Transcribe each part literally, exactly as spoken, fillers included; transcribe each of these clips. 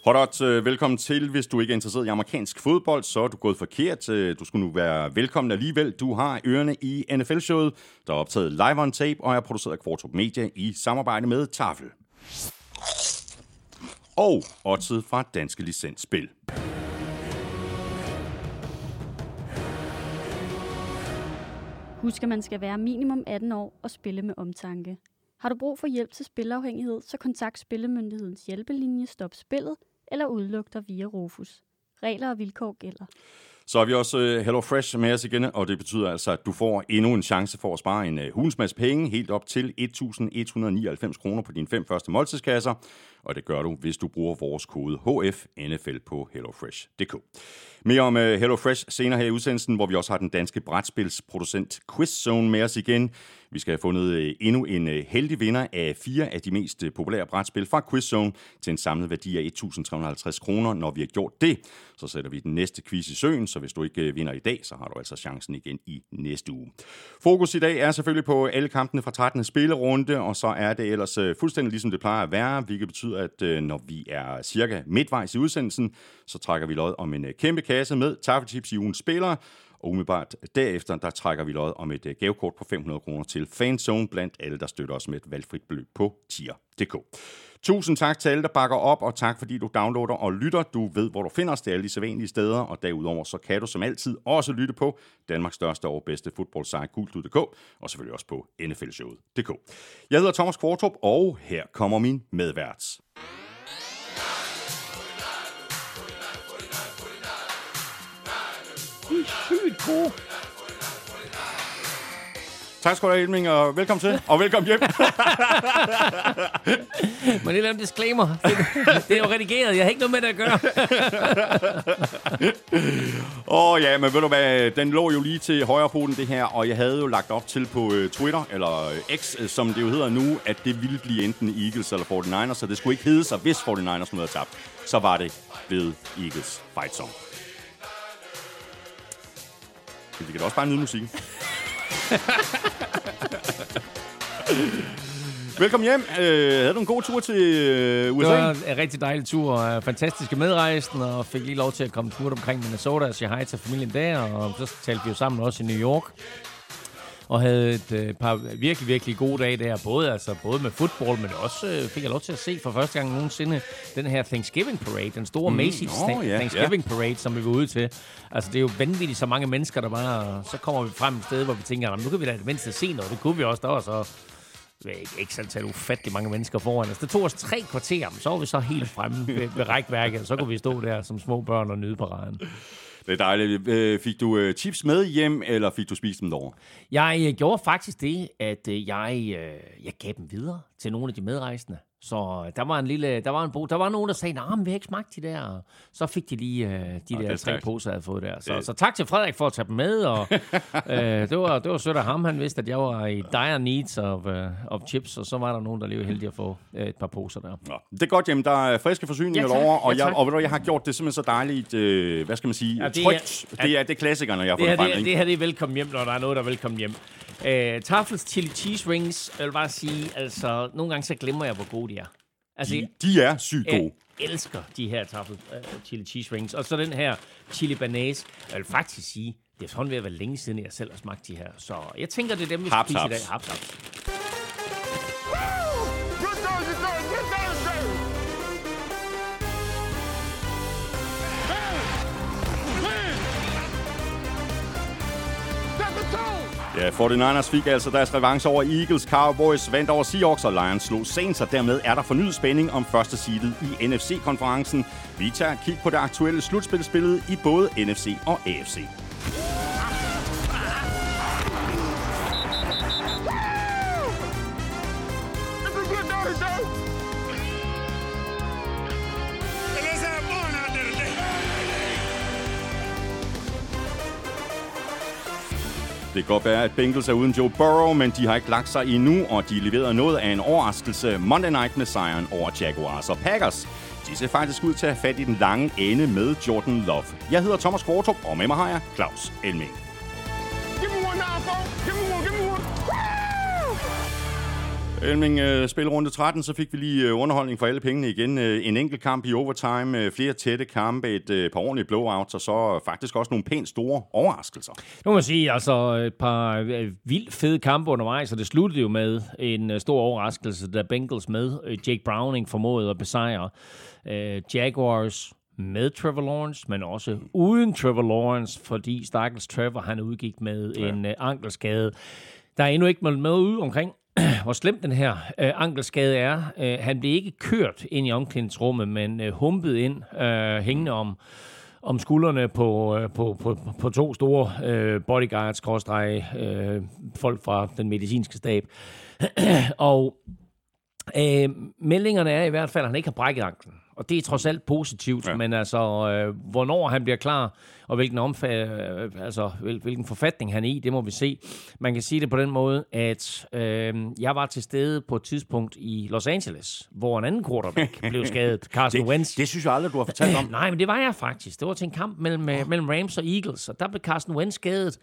Hot uh, velkommen til. Hvis du ikke er interesseret i amerikansk fodbold, så er du gået forkert. Du skulle nu være velkommen alligevel. Du har ørerne i N F L-showet, der er optaget live on tape og er produceret af Kvartrup Media i samarbejde med Tafel. Og oddset fra Danske Licensspil. Husk, at man skal være minimum atten år og spille med omtanke. Har du brug for hjælp til spilafhængighed, så kontakt Spillemyndighedens hjælpelinje Stop Spillet eller udluk dig via Rufus. Regler og vilkår gælder. Så har vi også uh, HelloFresh med os igen, og det betyder altså, at du får endnu en chance for at spare en uh, hulens masse penge, helt op til et tusind et hundrede nioghalvfems kroner på dine fem første måltidskasser. Og det gør du, hvis du bruger vores kode H F N F L på hellofresh punktum d k. Mere om uh, HelloFresh senere her i udsendelsen, hvor vi også har den danske brætspilsproducent QuizZone med os igen. Vi skal have fundet uh, endnu en uh, heldig vinder af fire af de mest uh, populære brætspil fra QuizZone til en samlet værdi af et tusind tre hundrede og halvtreds kroner. Når vi har gjort det, så sætter vi den næste quiz i søen, så hvis du ikke uh, vinder i dag, så har du altså chancen igen i næste uge. Fokus i dag er selvfølgelig på alle kampene fra trettende spillerunde, og så er det ellers uh, fuldstændig ligesom det plejer at være, hvilket betyder, at uh, når vi er cirka midtvejs i udsendelsen, så trækker vi lod om en uh, kæmpe kasse med taffelchips i ugens spillere. Og umiddelbart derefter, der trækker vi lod om et uh, gavekort på fem hundrede kroner til Fanzone, blandt alle, der støtter os med et valgfrit beløb på tier punktum d k. Tusind tak til alle, der bakker op, og tak fordi du downloader og lytter. Du ved, hvor du finder os. Det er alle de sædvanlige steder, og derudover så kan du som altid også lytte på Danmarks største og bedste fodboldsite, gult punktum d k, og selvfølgelig også på N F L showet punktum d k. Jeg hedder Thomas Kvartrup, og her kommer min medvært. Det er sygt god. Tak skal du have, Elming, og velkommen til, og velkommen hjem. Men det er en disclaimer. Det er jo redigeret, jeg har ikke noget med det at gøre. Åh oh, ja, men ved du hvad, den lå jo lige til højre poten det her, og jeg havde jo lagt op til på uh, Twitter, eller X, som det jo hedder nu, at det ville blive enten Eagles eller forty-niners, så det skulle ikke hedde sig, hvis forty-niners nu havde tabt. Så var det blevet Eagles fight song. Men vi kan da også bare nyde musikken. Velkommen hjem. Øh, havde du en god tur til øh, U S A? Det var en rigtig dejlig tur. Fantastiske medrejsende, og fik lige lov til at komme tur omkring Minnesota og sige hej til familien der. Og så talte vi jo sammen også i New York. Og havde et øh, par virkelig, virkelig gode dage der. Både, altså, både med fodbold, men også øh, fik jeg lov til at se for første gang nogensinde den her Thanksgiving Parade. Den store mm, Macy's oh, yeah, Thanksgiving yeah. Parade, som vi var ude til. Altså, det er jo vanvittigt så mange mennesker, der var. Og så kommer vi frem et sted, hvor vi tænker, nu kan vi da det mindste se noget. Det kunne vi også. Der var så ikke, ikke sådan tal ufattelig mange mennesker foran os. Det tog os tre kvarter, så var vi så helt fremme ved, ved rækværket. Og så kunne vi stå der som små børn og nyde paraden. Det er dejligt. Fik du chips med hjem, eller fik du spist dem derovre? Jeg gjorde faktisk det, at jeg, jeg gav dem videre til nogle af de medrejsende. Så der var en lille, der var en bo, der var nogen, der sagde, nej, men vi har ikke smagt de der. Så fik de lige de oh, der tre poser, jeg havde fået der. Så, det... så tak til Frederik for at tage dem med, og øh, det var det var sødt af ham. Han vidste, at jeg var i dire needs of, uh, of chips, og så var der nogen, der lige var heldige at få uh, et par poser der. Nå, det er godt, jamen, der er friske forsyninger ja, derovre, og, ja, jeg, og ved du, jeg har gjort det simpelthen så dejligt, øh, hvad skal man sige, ja, det trygt. Er, det er det er klassikerne, jeg har fået frem. Det, det her det er velkommen hjem, når der er noget, der er velkommen hjem. Uh, Tafels chili cheese rings, jeg vil bare sige, altså, nogle gange så glemmer jeg, hvor gode de er. Altså, de, de er sygt gode. Jeg elsker de her Tafel uh, chili cheese rings. Og så den her chili banase. Jeg vil faktisk sige, det er sådan ved at være længe siden, jeg selv har smagt de her. Så jeg tænker, det er dem, vi skal spise i dag. Haps, haps. Ja, forty-niners fik altså deres revanche over Eagles, Cowboys vandt over Seahawks, og Lions slog Saints, og dermed er der fornyet spænding om første seedet i N F C-konferencen. Vi tager et kig på det aktuelle slutspilsbillede i både N F C og A F C. Det kan godt være, at Bengals er uden Joe Burrow, men de har ikke lagt sig endnu, og de leverede noget af en overraskelse Monday Night med sejren over Jaguars og Packers. De ser faktisk ud til at have fat i den lange ende med Jordan Love. Jeg hedder Thomas Kvartrup, og med mig har jeg Claus Elming. Elming, øh, spil runde tretten, så fik vi lige øh, underholdning for alle pengene igen. Øh, en enkelt kamp i overtime, øh, flere tætte kampe, et øh, par ordentlige blowouts, og så faktisk også nogle pænt store overraskelser. Nu må man sige, altså et par øh, vildt fede kampe undervejs, og det sluttede jo med en øh, stor overraskelse, da Bengals med øh, Jake Browning formåede at besejre øh, Jaguars med Trevor Lawrence, men også uden Trevor Lawrence, fordi stakkels Trevor, han udgik med ja. en øh, ankelskade. Der er endnu ikke meldt med ud omkring, hvor slemt den her øh, ankelskade er. Øh, han blev ikke kørt ind i omklædningsrummet, men øh, humpet ind, øh, hængende om, om skuldrene på, øh, på, på, på to store øh, bodyguards, øh, folk fra den medicinske stab. Og øh, meldingerne er i hvert fald, at han ikke har brækket anklen. Og det er trods alt positivt, ja. men altså, øh, hvornår han bliver klar, og hvilken, omfa- øh, altså, hvil- hvilken forfatning han er i, det må vi se. Man kan sige det på den måde, at øh, jeg var til stede på et tidspunkt i Los Angeles, hvor en anden quarterback blev skadet, Carson det, Wentz. Det synes jeg aldrig, du har fortalt om. Nej, men det var jeg faktisk. Det var til en kamp mellem, oh. mellem Rams og Eagles, og der blev Carson Wentz skadet.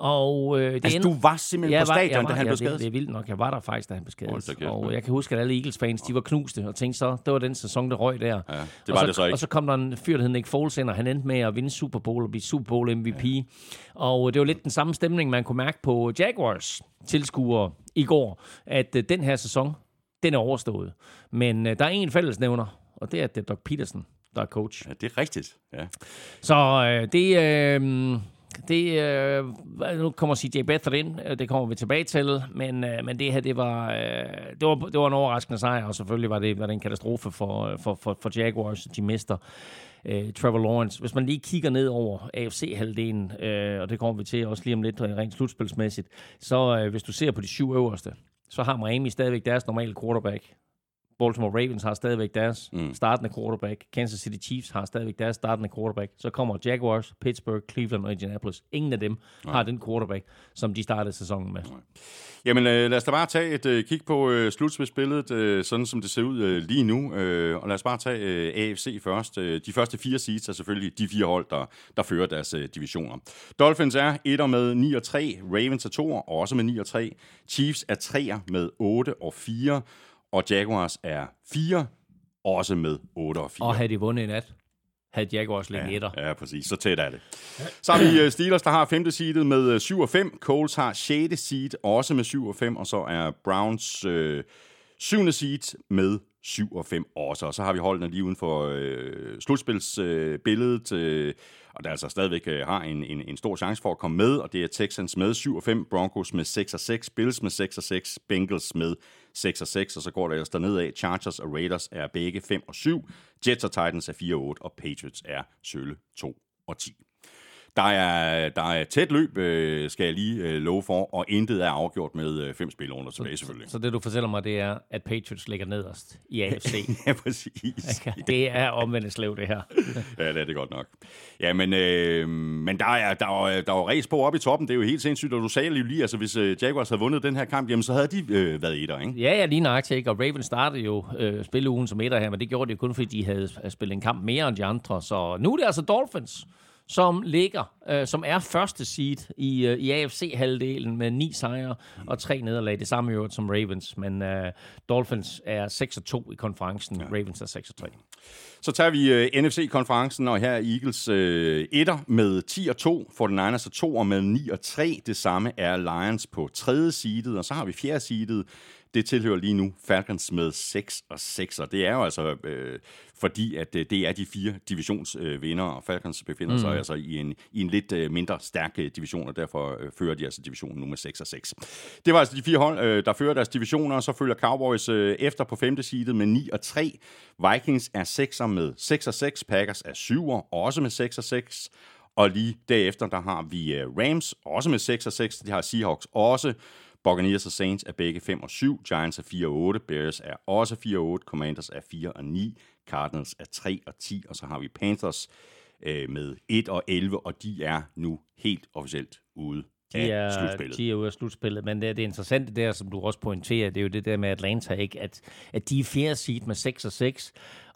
Og, øh, det altså, endte... du var simpelthen på stadion, da han ja, blev skadet? Det, det er vildt nok. Jeg var der faktisk, da han blev skadet. Oh, og jeg kan huske, at alle Eagles-fans, de var knuste, og tænkte så, det var den sæson, der røg der. Ja, det var og, så, det så ikke. og så kom der en fyr, der hed Nick Foles ind, og han endte med at vinde Super Bowl og blive Super Bowl M V P. Ja. Og det var lidt den samme stemning, man kunne mærke på Jaguars tilskuere i går, at uh, den her sæson, den er overstået. Men uh, der er en fællesnævner, og det er, at det er Doug Peterson, der er coach. Ja, det er rigtigt. Ja. Så uh, det... Uh, Det, øh, nu kommer C J Beathard ind, det kommer vi tilbage til, men, øh, men det her, det var, øh, det var, det var en overraskende sejr, og selvfølgelig var det, var det en katastrofe for, for, for, for Jaguars, de mister øh, Trevor Lawrence. Hvis man lige kigger ned over A F C-halvdelen, øh, og det kommer vi til også lige om lidt rent slutspilsmæssigt, så øh, hvis du ser på de syv øverste, så har Miami stadigvæk deres normale quarterback. Baltimore Ravens har stadigvæk deres mm. startende quarterback. Kansas City Chiefs har stadigvæk deres startende quarterback. Så kommer Jaguars, Pittsburgh, Cleveland og Indianapolis. Ingen af dem Nej. har den quarterback, som de startede sæsonen med. Nej. Jamen øh, lad os da bare tage et øh, kig på øh, slutspilsbilledet, øh, sådan som det ser ud øh, lige nu. Øh, og lad os bare tage øh, A F C først. Øh, de første fire seeds er selvfølgelig de fire hold, der, der fører deres øh, divisioner. Dolphins er etter med ni og tre. Ravens er toer, også med ni og tre. Chiefs er treer med otte og fire. Og Jaguars er fire, også med otte og fire. Og havde de vundet i nat, havde Jaguars ligget etter. Ja, ja, præcis. Så tæt er det. Så har vi Steelers, der har femte seedet med syv og fem. Colts har sjette seed, også med syv og fem. Og så er Browns øh, syvende seed med syv og fem også. Og så har vi holdene lige uden for øh, slutspilsbilledet. Øh, og der altså stadigvæk øh, har en, en, en stor chance for at komme med. Og det er Texans med syv og fem, Broncos med seks og seks, Bills med seks og seks, Bengals med seks og seks, og så går der ellers dernede af. Chargers og Raiders er begge fem og syv. Jets og Titans er fire og otte, og Patriots er sølle to og ti. Der er, der er tæt løb, øh, skal jeg lige øh, love for, og intet er afgjort med øh, fem spillerunder tilbage, selvfølgelig. Så, så det, du fortæller mig, det er, at Patriots ligger nederst i A F C. Ja, præcis. Okay, det er omvendt slev, det her. Ja, det er det godt nok. Ja, men, øh, men der er der er, der er race på oppe i toppen. Det er jo helt sindssygt, og du sagde jo lige, altså hvis øh, Jaguars havde vundet den her kamp, jamen så havde de øh, været etter, ikke? Ja, ja, lige nøjagtigt, ikke? Og Ravens startede jo øh, spilleugen som etter her, men det gjorde det kun, fordi de havde spillet en kamp mere end de andre. Så nu er det altså Dolphins, som ligger, øh, som er første seed i, øh, i A F C-halvdelen med ni sejre og tre nederlag. Det samme øvrigt som Ravens, men øh, Dolphins er seks og to i konferencen, ja. Ravens er seks og tre. Så tager vi øh, N F C-konferencen, og her er Eagles øh, etter med ti og to, forty-niners er to og med ni og tre. Det samme er Lions på tredje seedet, og så har vi fjerde seedet. Det tilhører lige nu Falcons med seks og seks, og det er jo altså øh, fordi, at øh, det er de fire divisionsvinder, øh, og Falcons befinder mm. sig altså i en, i en lidt øh, mindre stærk division, og derfor øh, fører de altså divisionen nu med seks og seks. Det var altså de fire hold, øh, der fører deres divisioner, og så følger Cowboys øh, efter på femte seedet med ni og tre. Vikings er sekser med seks og seks, Packers er syver, også med seks og seks. Og lige derefter, der har vi øh, Rams, også med seks og seks, de har Seahawks også. Buccaneers og Saints er begge fem og syv, Giants er fire og otte, Bears er også fire og otte, Commanders er fire og ni, Cardinals er tre og ti, og så har vi Panthers øh, med et og elleve, og de er nu helt officielt ude de af er, slutspillet. De er ude af slutspillet, men det, det interessante der, som du også pointerer, det er jo det der med Atlanta, ikke? At, at de er fjerde seed med seks og seks,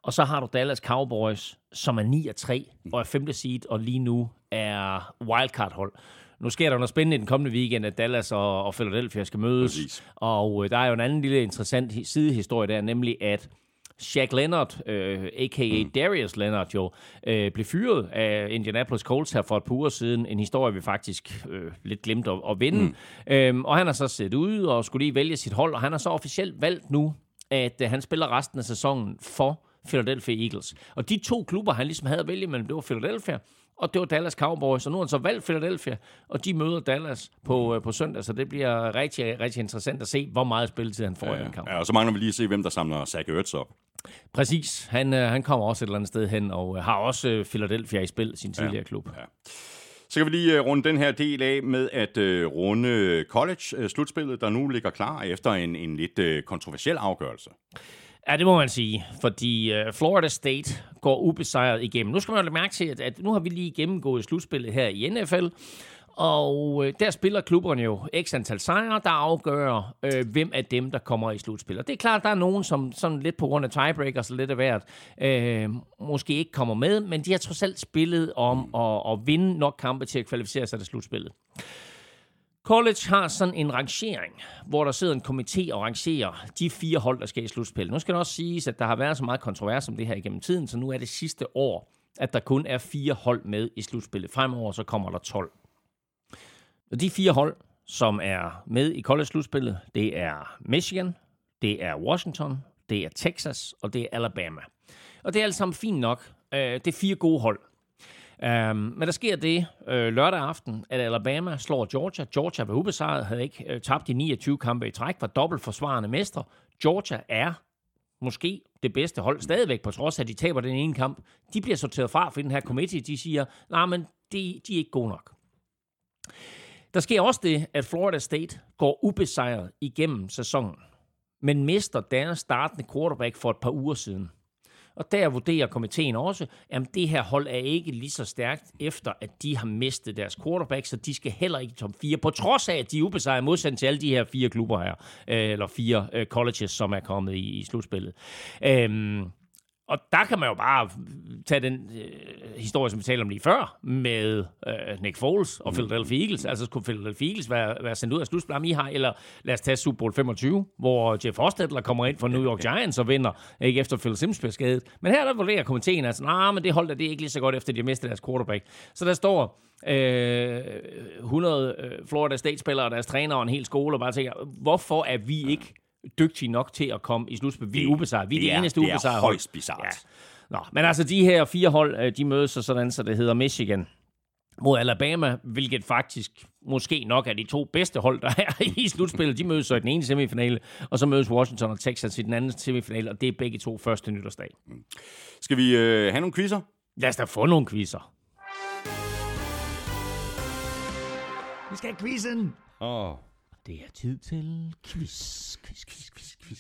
Og så har du Dallas Cowboys, som er ni og tre og er femte seed, og lige nu er wildcard-hold. Nu sker der noget spændende i den kommende weekend, at Dallas og, og Philadelphia skal mødes. Præcis. Og øh, der er jo en anden lille interessant sidehistorie der, nemlig at Shaq Leonard, øh, a k a. Mm. Darius Leonard, jo, øh, blev fyret af Indianapolis Colts her for et par uger siden. En historie, vi faktisk øh, lidt glemte at, at vinde. Mm. Øhm, og han har så set ud og skulle lige vælge sit hold, og han har så officielt valgt nu, at øh, han spiller resten af sæsonen for Philadelphia Eagles. Og de to klubber, han ligesom havde at vælge mellem, det var Philadelphia, og det var Dallas Cowboys, og nu har han så valgt Philadelphia, og de møder Dallas på, øh, på søndag, så det bliver rigtig, rigtig interessant at se, hvor meget spilletid han får ja, i den kamp. Ja, og så mangler vi lige at se, hvem der samler Zach Ertz op. Præcis. Han, øh, han kommer også et eller andet sted hen, og øh, har også øh, Philadelphia i spil, sin tidligere ja, klub. Ja. Så kan vi lige uh, runde den her del af med at uh, runde college-slutspillet, der nu ligger klar efter en, en lidt uh, kontroversiel afgørelse. Ja, det må man sige, fordi uh, Florida State går ubesejret igennem. Nu skal man jo mærke til, at, at nu har vi lige gennemgået slutspillet her i N F L, og uh, der spiller klubberne jo x antal sejre, der afgør, uh, hvem af dem, der kommer i slutspil. Og det er klart, der er nogen, som sådan lidt på grund af tiebreakers og lidt af hvert, uh, måske ikke kommer med, men de har trods alt spillet om at, at vinde nok kampe til at kvalificere sig til slutspillet. College har sådan en rangering, hvor der sidder en komité og rangerer de fire hold, der skal i slutspil. Nu skal det også siges, at der har været så meget kontrovers om det her igennem tiden, så nu er det sidste år, at der kun er fire hold med i slutspillet. Fremover så kommer der tolv. Og de fire hold, som er med i college-slutspillet, det er Michigan, det er Washington, det er Texas, og det er Alabama. Og det er alt sammen fint nok. Det er fire gode hold. Um, men der sker det øh, lørdag aften, at Alabama slår Georgia. Georgia var ubesejret, havde ikke øh, tabt de niogtyve kampe i træk, var dobbelt forsvarende mestre. Georgia er måske det bedste hold stadigvæk, på trods af, at de taber den ene kamp. De bliver sorteret fra for den her committee. De siger, nej, men de, de er ikke gode nok. Der sker også det, at Florida State går ubesejret igennem sæsonen, men mister deres startende quarterback for et par uger siden. Og der vurderer komiteen også, at det her hold er ikke lige så stærkt, efter at de har mistet deres quarterback, så de skal heller ikke i top fire, på trods af, at de er ubesejret modsat til alle de her fire klubber her, eller fire colleges, som er kommet i, i slutspillet. Øhm, Og der kan man jo bare tage den øh, historie, som vi talte om lige før, med øh, Nick Foles og Philadelphia Eagles. Altså skulle Philadelphia Eagles være, være sendt ud af slutspillet, I har, eller lad os tage Super Bowl femogtyve, hvor Jeff Hostetler kommer ind for New York Giants og vinder, ikke efter Phil Simms bliver skadet. Men her der vurderer komiteen, altså, nej, men det hold der, det er ikke lige så godt, efter de har mistet deres quarterback. Så der står øh, hundrede øh, Florida State-spillere og deres træner og en hel skole, og bare tænker, hvorfor er vi ikke dygtige nok til at komme i slutspil? Vi er ubesejret. Vi er det, det eneste ubesejrede hold. Det er højst bizarrt. Ja. Nå, men altså, de her fire hold, de mødes så sådan, så det hedder Michigan mod Alabama, hvilket faktisk måske nok er de to bedste hold, der er i slutspillet. De mødes så i den ene semifinale, og så mødes Washington og Texas i den anden semifinale, og det er begge to første nytårsdag. Mm. Skal vi øh, have nogle quizzer? Lad os da få nogle quizzer. Vi skal have quizzen. Åh. Oh. Det er tid til quiz, quiz, quiz, quiz, quiz.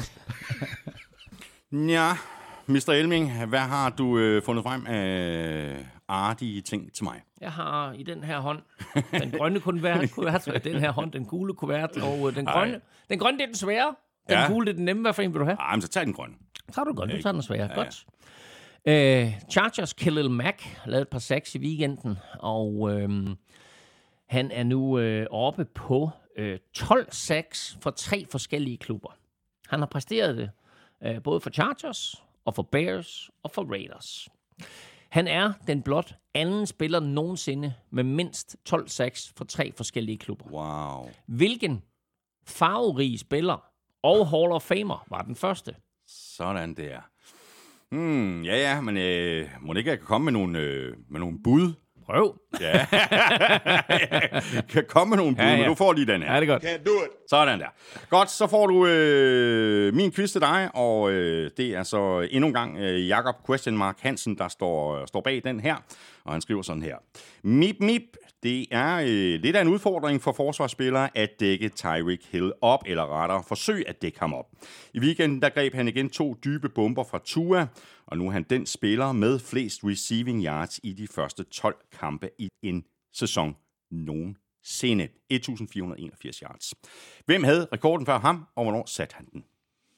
Ja, mister Elming, hvad har du øh, fundet frem af artige ting til mig? Jeg har i den her hånd den grønne kuvert, kuvert den her hånd den gule kuvert, og den grønne, Ej. den grønne det er den svære, den ja. gule det er den nemme. Hvad for en vil du have? Ej, men så tag den grønne. Så tager du den grønne, du tager den svære. Ja, godt. Ja. Uh, Chargers Khalil Mack lavede et par sacks i weekenden, og uh, han er nu uh, oppe på uh, tolv sacks for tre forskellige klubber. Han har præsteret det uh, både for Chargers og for Bears og for Raiders. Han er den blot anden spiller nogensinde med mindst tolv sacks for tre forskellige klubber. Wow. Hvilken farverige spiller og Hall of Famer var den første? Sådan der. Hmm, ja, ja, men øh, må ikke jeg kan komme med nogle, øh, med nogle bud? Prøv. Ja. Kan komme med nogle bud, ja, ja. Men du får lige den her. Ja, det er godt. Can't do it. Sådan der. Godt, så får du øh, min quiz til dig, og øh, det er så endnu en gang øh, Jakob Question Mark Hansen, der står, står bag den her, og han skriver sådan her. Mip, mip. Det er øh, lidt af en udfordring for forsvarsspillere at dække Tyreek Hill op, eller rettere forsøge at dække ham op. I weekenden der greb han igen to dybe bomber fra Tua, og nu er han den spiller med flest receiving yards i de første tolv kampe i en sæson nogensinde. et tusind fire hundrede og enogfirs yards. Hvem havde rekorden før ham, og hvornår satte han den?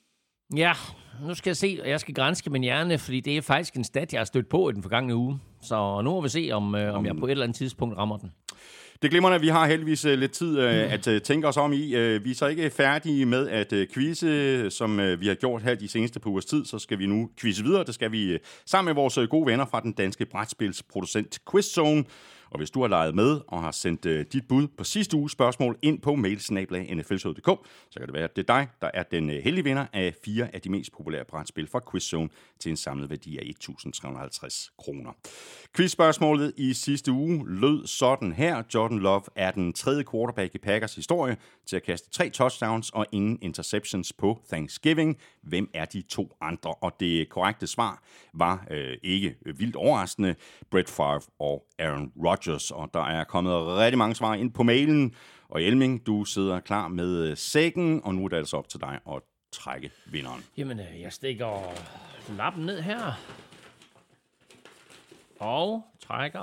Ja, nu skal jeg se, og jeg skal granske min hjerne, fordi det er faktisk en stat, jeg har stødt på i den forgangne uge. Så nu må vi se, om, øh, om jeg på et eller andet tidspunkt rammer den. Det glimrende, at vi har heldigvis lidt tid øh, at øh, tænke os om i. Øh, vi er så ikke færdige med at øh, quizze, som øh, vi har gjort her de seneste par ugers tid. Så skal vi nu quizze videre. Det skal vi øh, sammen med vores øh, gode venner fra den danske brætspilsproducent QuizZone. Og hvis du har leget med og har sendt øh, dit bud på sidste uges spørgsmål ind på mail snabel-a n f l punktum d k, så kan det være, at det er dig, der er den øh, heldige vinder af fire af de mest populære brætspil fra QuizZone til en samlet værdi af et tusind tre hundrede og halvtreds kroner. Quizspørgsmålet i sidste uge lød sådan her. Jordan Love er den tredje quarterback i Packers historie til at kaste tre touchdowns og ingen interceptions på Thanksgiving. Hvem er de to andre? Og det korrekte svar var øh, ikke vildt overraskende Brett Favre og Aaron Rodgers. Og der er kommet rigtig mange svar ind på mailen. Og Elming, du sidder klar med sækken, og nu er det altså op til dig at trække vinderen. Jamen, jeg stikker lappen ned her. Og trækker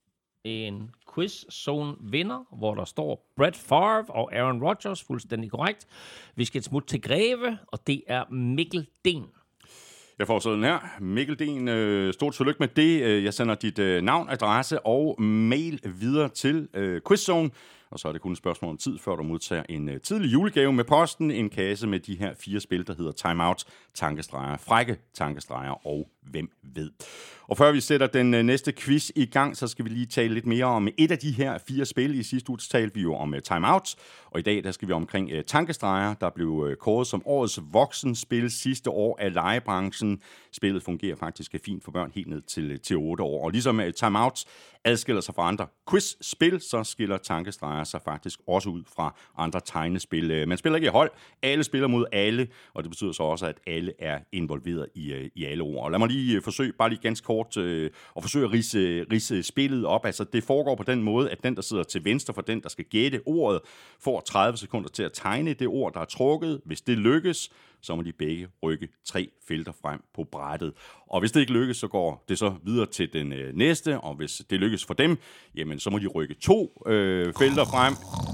en QuizZone vinder, hvor der står Brett Favre og Aaron Rodgers, fuldstændig korrekt. Vi skal et smut til Greve, og det er Mikkel Den. Jeg får sådan her. Mikkel Den, øh, stort tillykke med det. Jeg sender dit øh, navn, adresse og mail videre til øh, QuizZone. Og så er det kun et spørgsmål om tid, før du modtager en øh, tidlig julegave med posten. En kasse med de her fire spil, der hedder Timeout, Tankestreger, Frække Tankestreger og Hvem ved. Og før vi sætter den øh, næste quiz i gang, så skal vi lige tale lidt mere om et af de her fire spil. I sidste uge talte vi jo om øh, Timeout, og i dag der skal vi omkring øh, Tankestreger, der blev øh, kåret som årets voksenspil sidste år af legebranchen. Spillet fungerer faktisk fint for børn helt ned til, til otte år. Og ligesom øh, Timeout adskiller sig fra andre quiz-spil, så skiller Tankestreger sig faktisk også ud fra andre tegnespil. Man spiller ikke i hold, alle spiller mod alle, og det betyder så også, at alle er involveret i, i alle ord. Og lad mig lige forsøge, bare lige ganske kort, øh, at forsøge at ridse, ridse spillet op. Altså, det foregår på den måde, at den, der sidder til venstre for den, der skal gætte ordet, får tredive sekunder til at tegne det ord, der er trukket. Hvis det lykkes, så må de begge rykke tre felter frem på brættet. Og hvis det ikke lykkes, så går det så videre til den øh, næste, og hvis det lykkes for dem, jamen så må de rykke to øh, felter frem,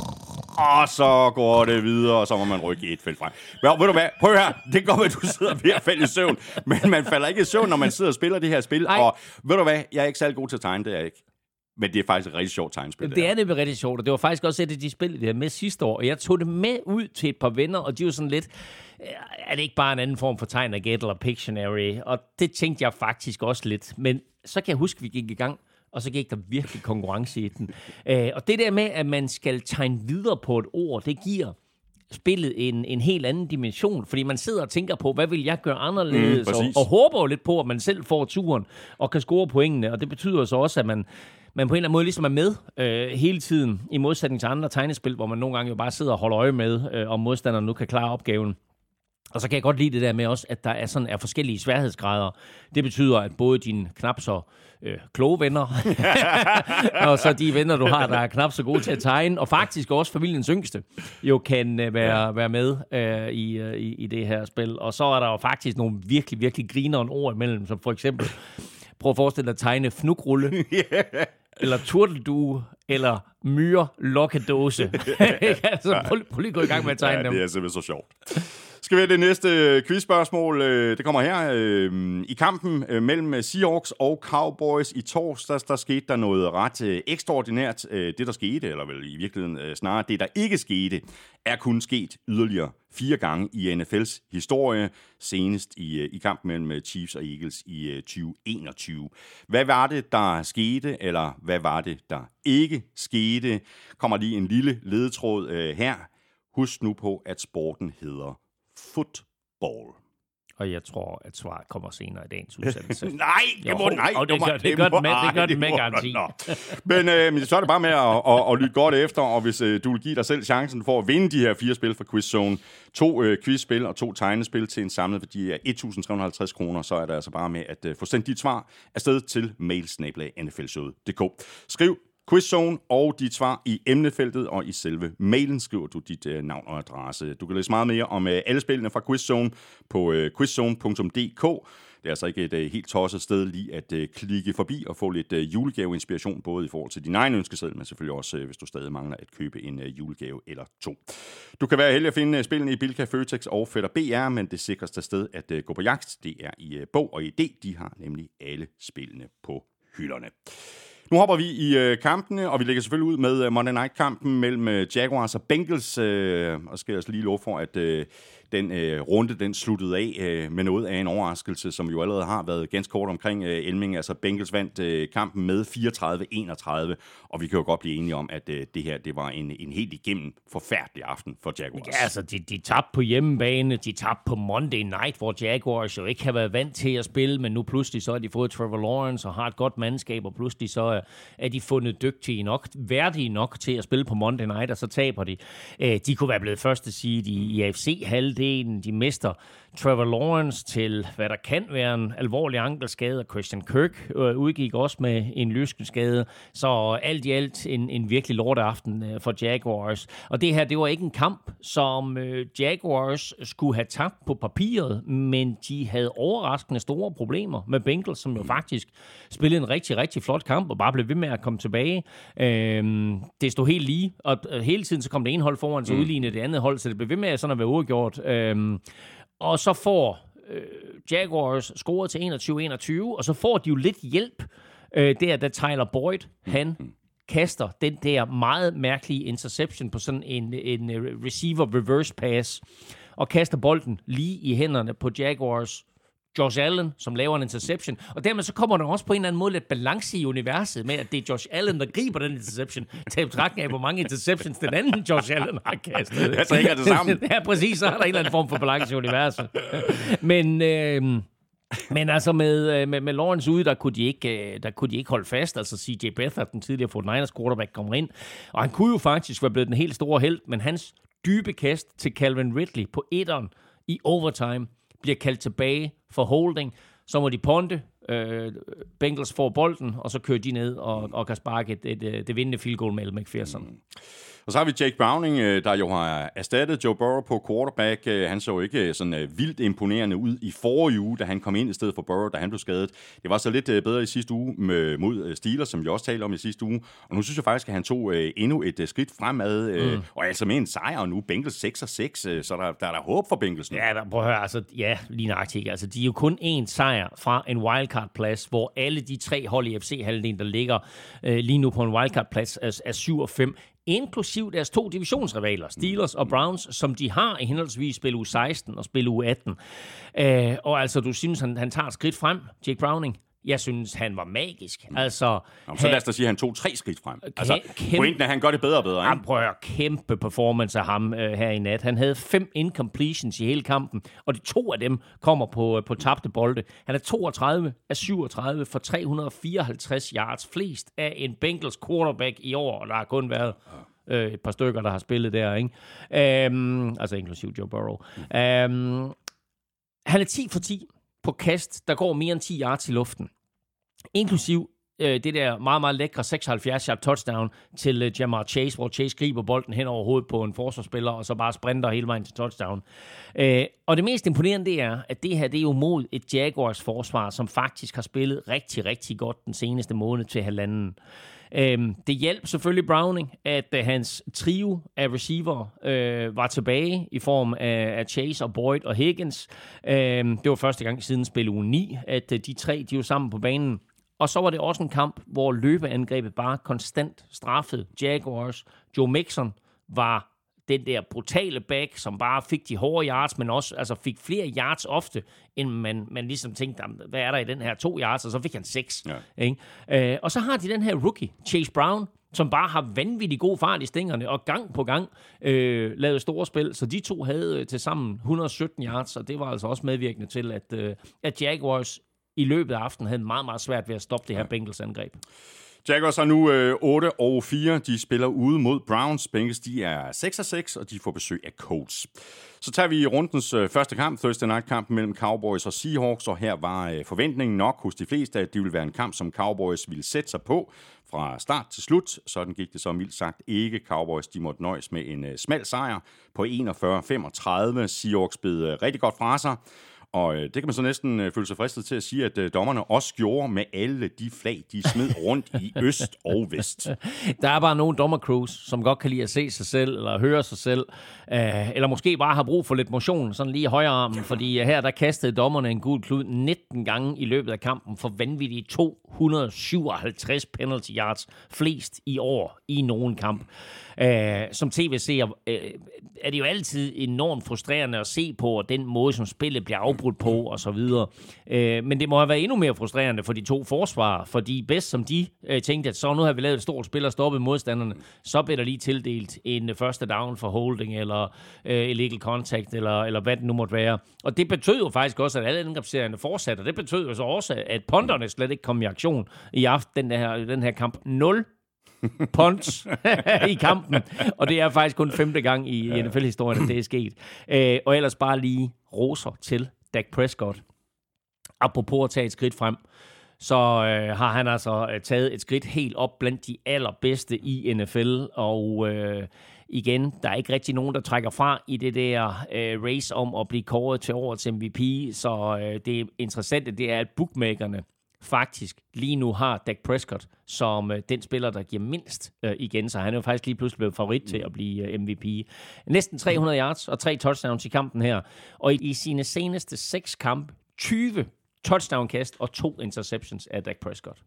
og så går det videre, og så må man rykke et felt frem. Men ved du hvad, prøv her, det går med, at du sidder ved at falde i søvn, men man falder ikke i søvn, når man sidder og spiller det her spil, Ej. Og ved du hvad, jeg er ikke særlig god til at tegne, det er jeg ikke. Men det er faktisk et rigtig sjovt tegnespil. Det, det er det rigtig sjovt, og det var faktisk også et af de spil, det med sidste år, og jeg tog det med ud til et par venner, og de var sådan lidt, er det ikke bare en anden form for tegn og gæt eller Pictionary? Og det tænkte jeg faktisk også lidt. Men så kan jeg huske, at vi gik i gang, og så gik der virkelig konkurrence i den. Og det der med, at man skal tegne videre på et ord, det giver spillet en, en helt anden dimension, fordi man sidder og tænker på, hvad vil jeg gøre anderledes, mm, og, og håber jo lidt på, at man selv får turen og kan score pointene, og det betyder så også, at man man på en eller anden måde ligesom er med øh, hele tiden, i modsætning til andre tegnespil, hvor man nogle gange jo bare sidder og holder øje med, øh, om modstanderen nu kan klare opgaven. Og så kan jeg godt lide det der med også, at der er sådan er forskellige sværhedsgrader. Det betyder, at både dine knap så øh, kloge venner, og så de venner, du har, der er knap så gode til at tegne, og faktisk også familiens yngste, jo kan øh, være, være med øh, i, øh, i, i det her spil. Og så er der jo faktisk nogle virkelig, virkelig grineren ord imellem, som for eksempel, prøv at forestille dig at tegne fnugrulle, eller turteldue, eller myre lokkedåse. Altså, prøv, prøv lige at gå i gang med at tegne ja, dem. Det er simpelthen så sjovt. Skal vi have det næste quizspørgsmål? Det kommer her. I kampen mellem Seahawks og Cowboys i torsdags, der skete der noget ret ekstraordinært. Det, der skete, eller vel i virkeligheden snarere det, der ikke skete, er kun sket yderligere fire gange i N F L's historie, senest i, i kampen mellem Chiefs og Eagles i tyve enogtyve. Hvad var det, der skete, eller hvad var det, der ikke skete? Kommer lige en lille ledetråd øh, her. Husk nu på, at sporten hedder football. Og jeg tror, at svaret kommer senere i dagens udsendelse. nej, det må, nej, det, det, gør, det, gør den med, det gør den med garanti. Men øh, så er det bare med at, at, at lytte godt efter, og hvis øh, du vil give dig selv chancen for at vinde de her fire spil fra QuizZone, to øh, quizspil og to tegnespil til en samlet værdi af et tusind tre hundrede og halvtreds kroner, så er det altså bare med at øh, få sendt dit svar afsted til mail snabel-a n f l showet punktum d k. Skriv QuizZone og dit svar i emnefeltet, og i selve mailen skriver du dit øh, navn og adresse. Du kan læse meget mere om øh, alle spillene fra QuizZone på øh, quizzone punktum d k. Det er altså ikke et uh, helt tosset sted lige at uh, klikke forbi og få lidt uh, julegaveinspiration, både i forhold til din egen ønskeseddel, men selvfølgelig også, uh, hvis du stadig mangler at købe en uh, julegave eller to. Du kan være heldig at finde uh, spillene i Bilka, Føtex og Fætter B R, men det sikreste sted at uh, gå på jagt, det er i uh, Bog og I D. De har nemlig alle spillene på hylderne. Nu hopper vi i øh, kampene, og vi lægger selvfølgelig ud med øh, Monday Night-kampen mellem øh, Jaguars og Bengals. Øh, og skal jeg altså lige love for, at øh, den øh, runde den sluttede af øh, med noget af en overraskelse, som jo allerede har været ganske kort omkring øh, Elming. Altså Bengals vandt øh, kampen med fireogtredive enogtredive, og vi kan jo godt blive enige om, at øh, det her det var en, en helt igennem forfærdelig aften for Jaguars. Ja, altså de, de tabte på hjemmebane, de tabte på Monday Night, hvor Jaguars jo ikke har været vant til at spille, men nu pludselig så har de fået Trevor Lawrence og har et godt mandskab, og pludselig så er, er de fundet dygtige nok, værdige nok til at spille på Monday Night, og så taber de. Øh, de kunne være blevet første seed i, i A F C-halvdelen, de mister Trevor Lawrence til, hvad der kan være en alvorlig ankelskade, og Christian Kirk øh, udgik også med en lyskenskade, så alt i alt en, en virkelig lorteaften øh, for Jaguars. Og det her, det var ikke en kamp, som øh, Jaguars skulle have tabt på papiret, men de havde overraskende store problemer med Bengals, som jo faktisk spillede en rigtig, rigtig flot kamp, og bare blev ved med at komme tilbage. Øh, det stod helt lige, og øh, hele tiden så kom det ene hold foran, så udlignede det andet hold, så det blev ved med at sådan at være uafgjort. Øh, Og så får øh, Jaguars scoret til enogtyve enogtyve, og så får de jo lidt hjælp. Øh, der, da Tyler Boyd, han kaster den der meget mærkelige interception på sådan en, en receiver reverse pass, og kaster bolden lige i hænderne på Jaguars Josh Allen, som laver en interception. Og dermed så kommer der også på en eller anden måde lidt balance i universet med, at det er Josh Allen, der griber den interception, til betragtning af, hvor mange interceptions den anden Josh Allen har kastet. Jeg tænker det samme. Ja, præcis. Så er der en eller anden form for balance i universet. Men... Øh, Men altså med, med, med Lawrence ude, der kunne, de ikke, der kunne de ikke holde fast. Altså C J Beathard, den tidligere forty-niners quarterback, kommer ind. Og han kunne jo faktisk være blevet den helt store held, men hans dybe kast til Calvin Ridley på etteren i overtime bliver kaldt tilbage for holding. Så må de ponte. Øh, Bengals får bolden, og så kører de ned og, og kan sparke et, et, et, det vindende field goal med McPherson. Mm. Og så har vi Jake Browning, der jo har erstattet Joe Burrow på quarterback. Han så jo ikke sådan vildt imponerende ud i forrige uge, da han kom ind i stedet for Burrow, da han blev skadet. Det var så lidt bedre i sidste uge mod Steelers, som vi også talte om i sidste uge. Og nu synes jeg faktisk, at han tog endnu et skridt fremad. Mm. Og altså med en sejr nu, Bengals seks og seks, så der, der er der håb for Bengals nu. Ja, der, prøv at høre, altså, ja, lige nøjagtigt. Altså, de er jo kun én sejr fra en wildcard-plads, hvor alle de tre hold i F C-halvdelen, der ligger øh, lige nu på en wildcard-plads, er, er syv og fem. Inklusiv deres to divisionsrivaler, Steelers og Browns, som de har i henholdsvis spil uge seksten og spil uge atten. Øh, og altså, du synes, han, han tager et skridt frem, Jake Browning. Jeg synes, han var magisk. Altså, Jamen, så lad os da sige, at han tog tre skridt frem. Altså, kæmpe, pointen er, at han gør det bedre og bedre. Han prøver kæmpe performance af ham øh, her i nat. Han havde fem incompletions i hele kampen, og de to af dem kommer på, på tabte bolde. Han er toogtredive af syvogtredive for tre hundrede og fireoghalvtreds yards, flest af en Bengals quarterback i år, og der har kun været øh, et par stykker, der har spillet der, ikke? Øhm, altså inklusiv Joe Burrow. Mm. Øhm, han er ti for ti på kast, der går mere end ti yards i luften. Inklusiv øh, det der meget, meget lækre seksoghalvfjerds yard touchdown til øh, Jamar Chase, hvor Chase griber bolden hen over hovedet på en forsvarsspiller, og så bare sprinter hele vejen til touchdown. Øh, og det mest imponerende, det er, at det her, det er jo mod et Jaguars forsvar, som faktisk har spillet rigtig, rigtig godt den seneste måned til halvanden. Øhm, det hjalp selvfølgelig Browning, at uh, hans trio af receiver øh, var tilbage i form af, af Chase og Boyd og Higgins. Øhm, det var første gang siden spil uge ni, at uh, de tre de var sammen på banen. Og så var det også en kamp, hvor løbeangrebet bare konstant straffede Jaguars. Joe Mixon var den der brutale back, som bare fik de hårde yards, men også altså fik flere yards ofte, end man, man ligesom tænkte, hvad er der i den her to yards, og så fik han seks. Ja. Ikke? Øh, og så har de den her rookie, Chase Brown, som bare har vanvittig god fart i stængerne, og gang på gang øh, lavede store spil, så de to havde øh, til sammen et hundrede og sytten yards, og det var altså også medvirkende til, at, øh, at Jaguars i løbet af aftenen havde meget, meget svært ved at stoppe det her Bengals angreb. Jaguars er nu øh, otte og fire. De spiller ude mod Browns. Bengals, de er seks og seks, og de får besøg af Colts. Så tager vi rundens øh, første kamp, Thursday Night-kampen mellem Cowboys og Seahawks, og her var øh, forventningen nok hos de fleste, at det ville være en kamp, som Cowboys ville sætte sig på fra start til slut. Sådan gik det så mildt sagt ikke. Cowboys, de måtte nøjes med en øh, smal sejr på enogfyrre femogtredive. Seahawks bed øh, rigtig godt fra sig. Og øh, det kan man så næsten øh, føle sig fristet til at sige, at øh, dommerne også gjorde med alle de flag, de smed rundt i øst og vest. Der er bare nogle dommercrews, som godt kan lide at se sig selv, eller høre sig selv, øh, eller måske bare har brug for lidt motion, sådan lige i højre armen, fordi øh, her der kastede dommerne en gul klud nitten gange i løbet af kampen for vanvittige to hundrede syvoghalvtreds penalty yards, flest i år i nogen kamp. Uh, som tv-seer uh, er det jo altid enormt frustrerende at se på, og den måde, som spillet bliver afbrudt på, og så videre. Uh, men det må have været endnu mere frustrerende for de to forsvarer, fordi bedst som de uh, tænkte, at så nu har vi lavet et stort spil og stoppet modstanderne, så bliver der lige tildelt en uh, første down for holding, eller uh, illegal contact, eller, eller hvad det nu måtte være. Og det betød jo faktisk også, at alle angrebsserierne fortsatte, og det betød jo så også, at punterne slet ikke kom i aktion i aften, den her, den her kamp. Nul punts i kampen, og det er faktisk kun femte gang i, i N F L-historien, at det er sket. Øh, og ellers bare lige roser til Dak Prescott. Apropos at tage et skridt frem, så øh, har han altså taget et skridt helt op blandt de allerbedste i N F L, og øh, igen, der er ikke rigtig nogen, der trækker fra i det der øh, race om at blive kåret til årets M V P, så øh, det interessante, det er, at bookmakerne faktisk lige nu har Dak Prescott som øh, den spiller, der giver mindst øh, igen, så han er jo faktisk lige pludselig blevet favorit til at blive øh, M V P. Næsten tre hundrede yards og tre touchdowns i kampen her, og i, i sine seneste seks kampe, tyve touchdown-kast og to interceptions af Dak Prescott.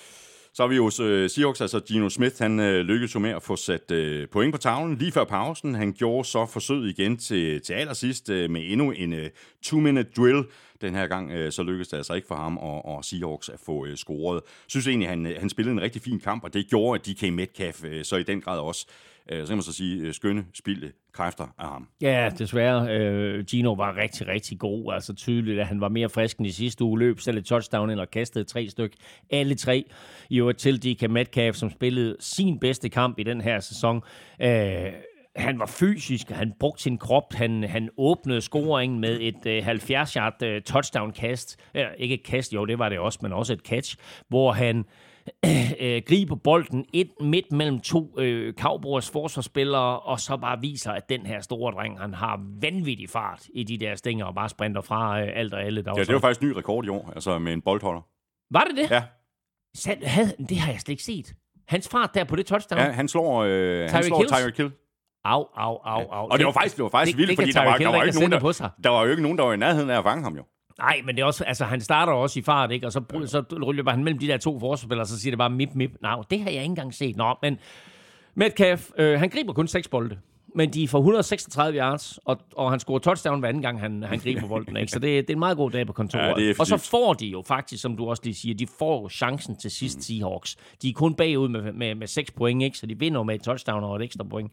Så har vi hos uh, Seahawks, altså Geno Smith, han uh, lykkedes jo med at få sat uh, point på tavlen lige før pausen. Han gjorde så forsøget igen til, til allersidst uh, med endnu en uh, two-minute drill. Den her gang uh, så lykkedes det altså ikke for ham og, og Seahawks at få uh, scoret. Jeg synes egentlig, han, han spillede en rigtig fin kamp, og det gjorde D K Metcalf uh, så i den grad også. Uh, så kan man så sige, uh, skønne spildte kræfter af ham. Ja, desværre. Øh, Gino var rigtig, rigtig god. Altså tydeligt, at han var mere frisk end i sidste uge. Løb selv et touchdown eller kastede tre styk. Alle tre. I øvrigt til D K Metcalf, som spillede sin bedste kamp i den her sæson. Øh, han var fysisk, han brugte sin krop, han, han åbnede scoringen med et øh, halvfjerds-yard øh, touchdown-kast. Ja, ikke et kast, jo, det var det også, men også et catch, hvor han øh, griber bolden ind midt mellem to øh, Cowboys forsvarsspillere, og så bare viser, at den her store dreng, han har vanvittig fart i de der stænger, og bare sprinter fra øh, alt og alle. Der ja, det var faktisk ny rekord i år, altså med en boldholder. Var det det? Ja. Så, havde, det har jeg slet ikke set. Hans fart der på det touchdown. Ja, han slår, øh, han slår Tyreek Hill. Au, au, au, au. Og det var faktisk, det var faktisk det, vildt, det fordi der var, der, var ikke nogen, der, der var jo ikke nogen, der var i nærheden af at fange ham jo. Nej, men det er også, altså han starter også i fart, ikke? Og så, ja. så ryger han mellem de der to forsvarsspillere, og så siger det bare mip, mip. Nej, det har jeg ikke engang set. Nå, men Metcalf, øh, han griber kun seks bolde, men de får et hundrede og seksogtredive yards, og, og han scorer touchdown hver anden gang, han, han griber bolden, ikke? Så det, det er en meget god dag på kontoret. Ja, og så får de jo faktisk, som du også lige siger, de får chancen til sidst, mm. Seahawks. De er kun bagud med, med, med seks point, ikke? Så de vinder med et touchdown og et ekstra point.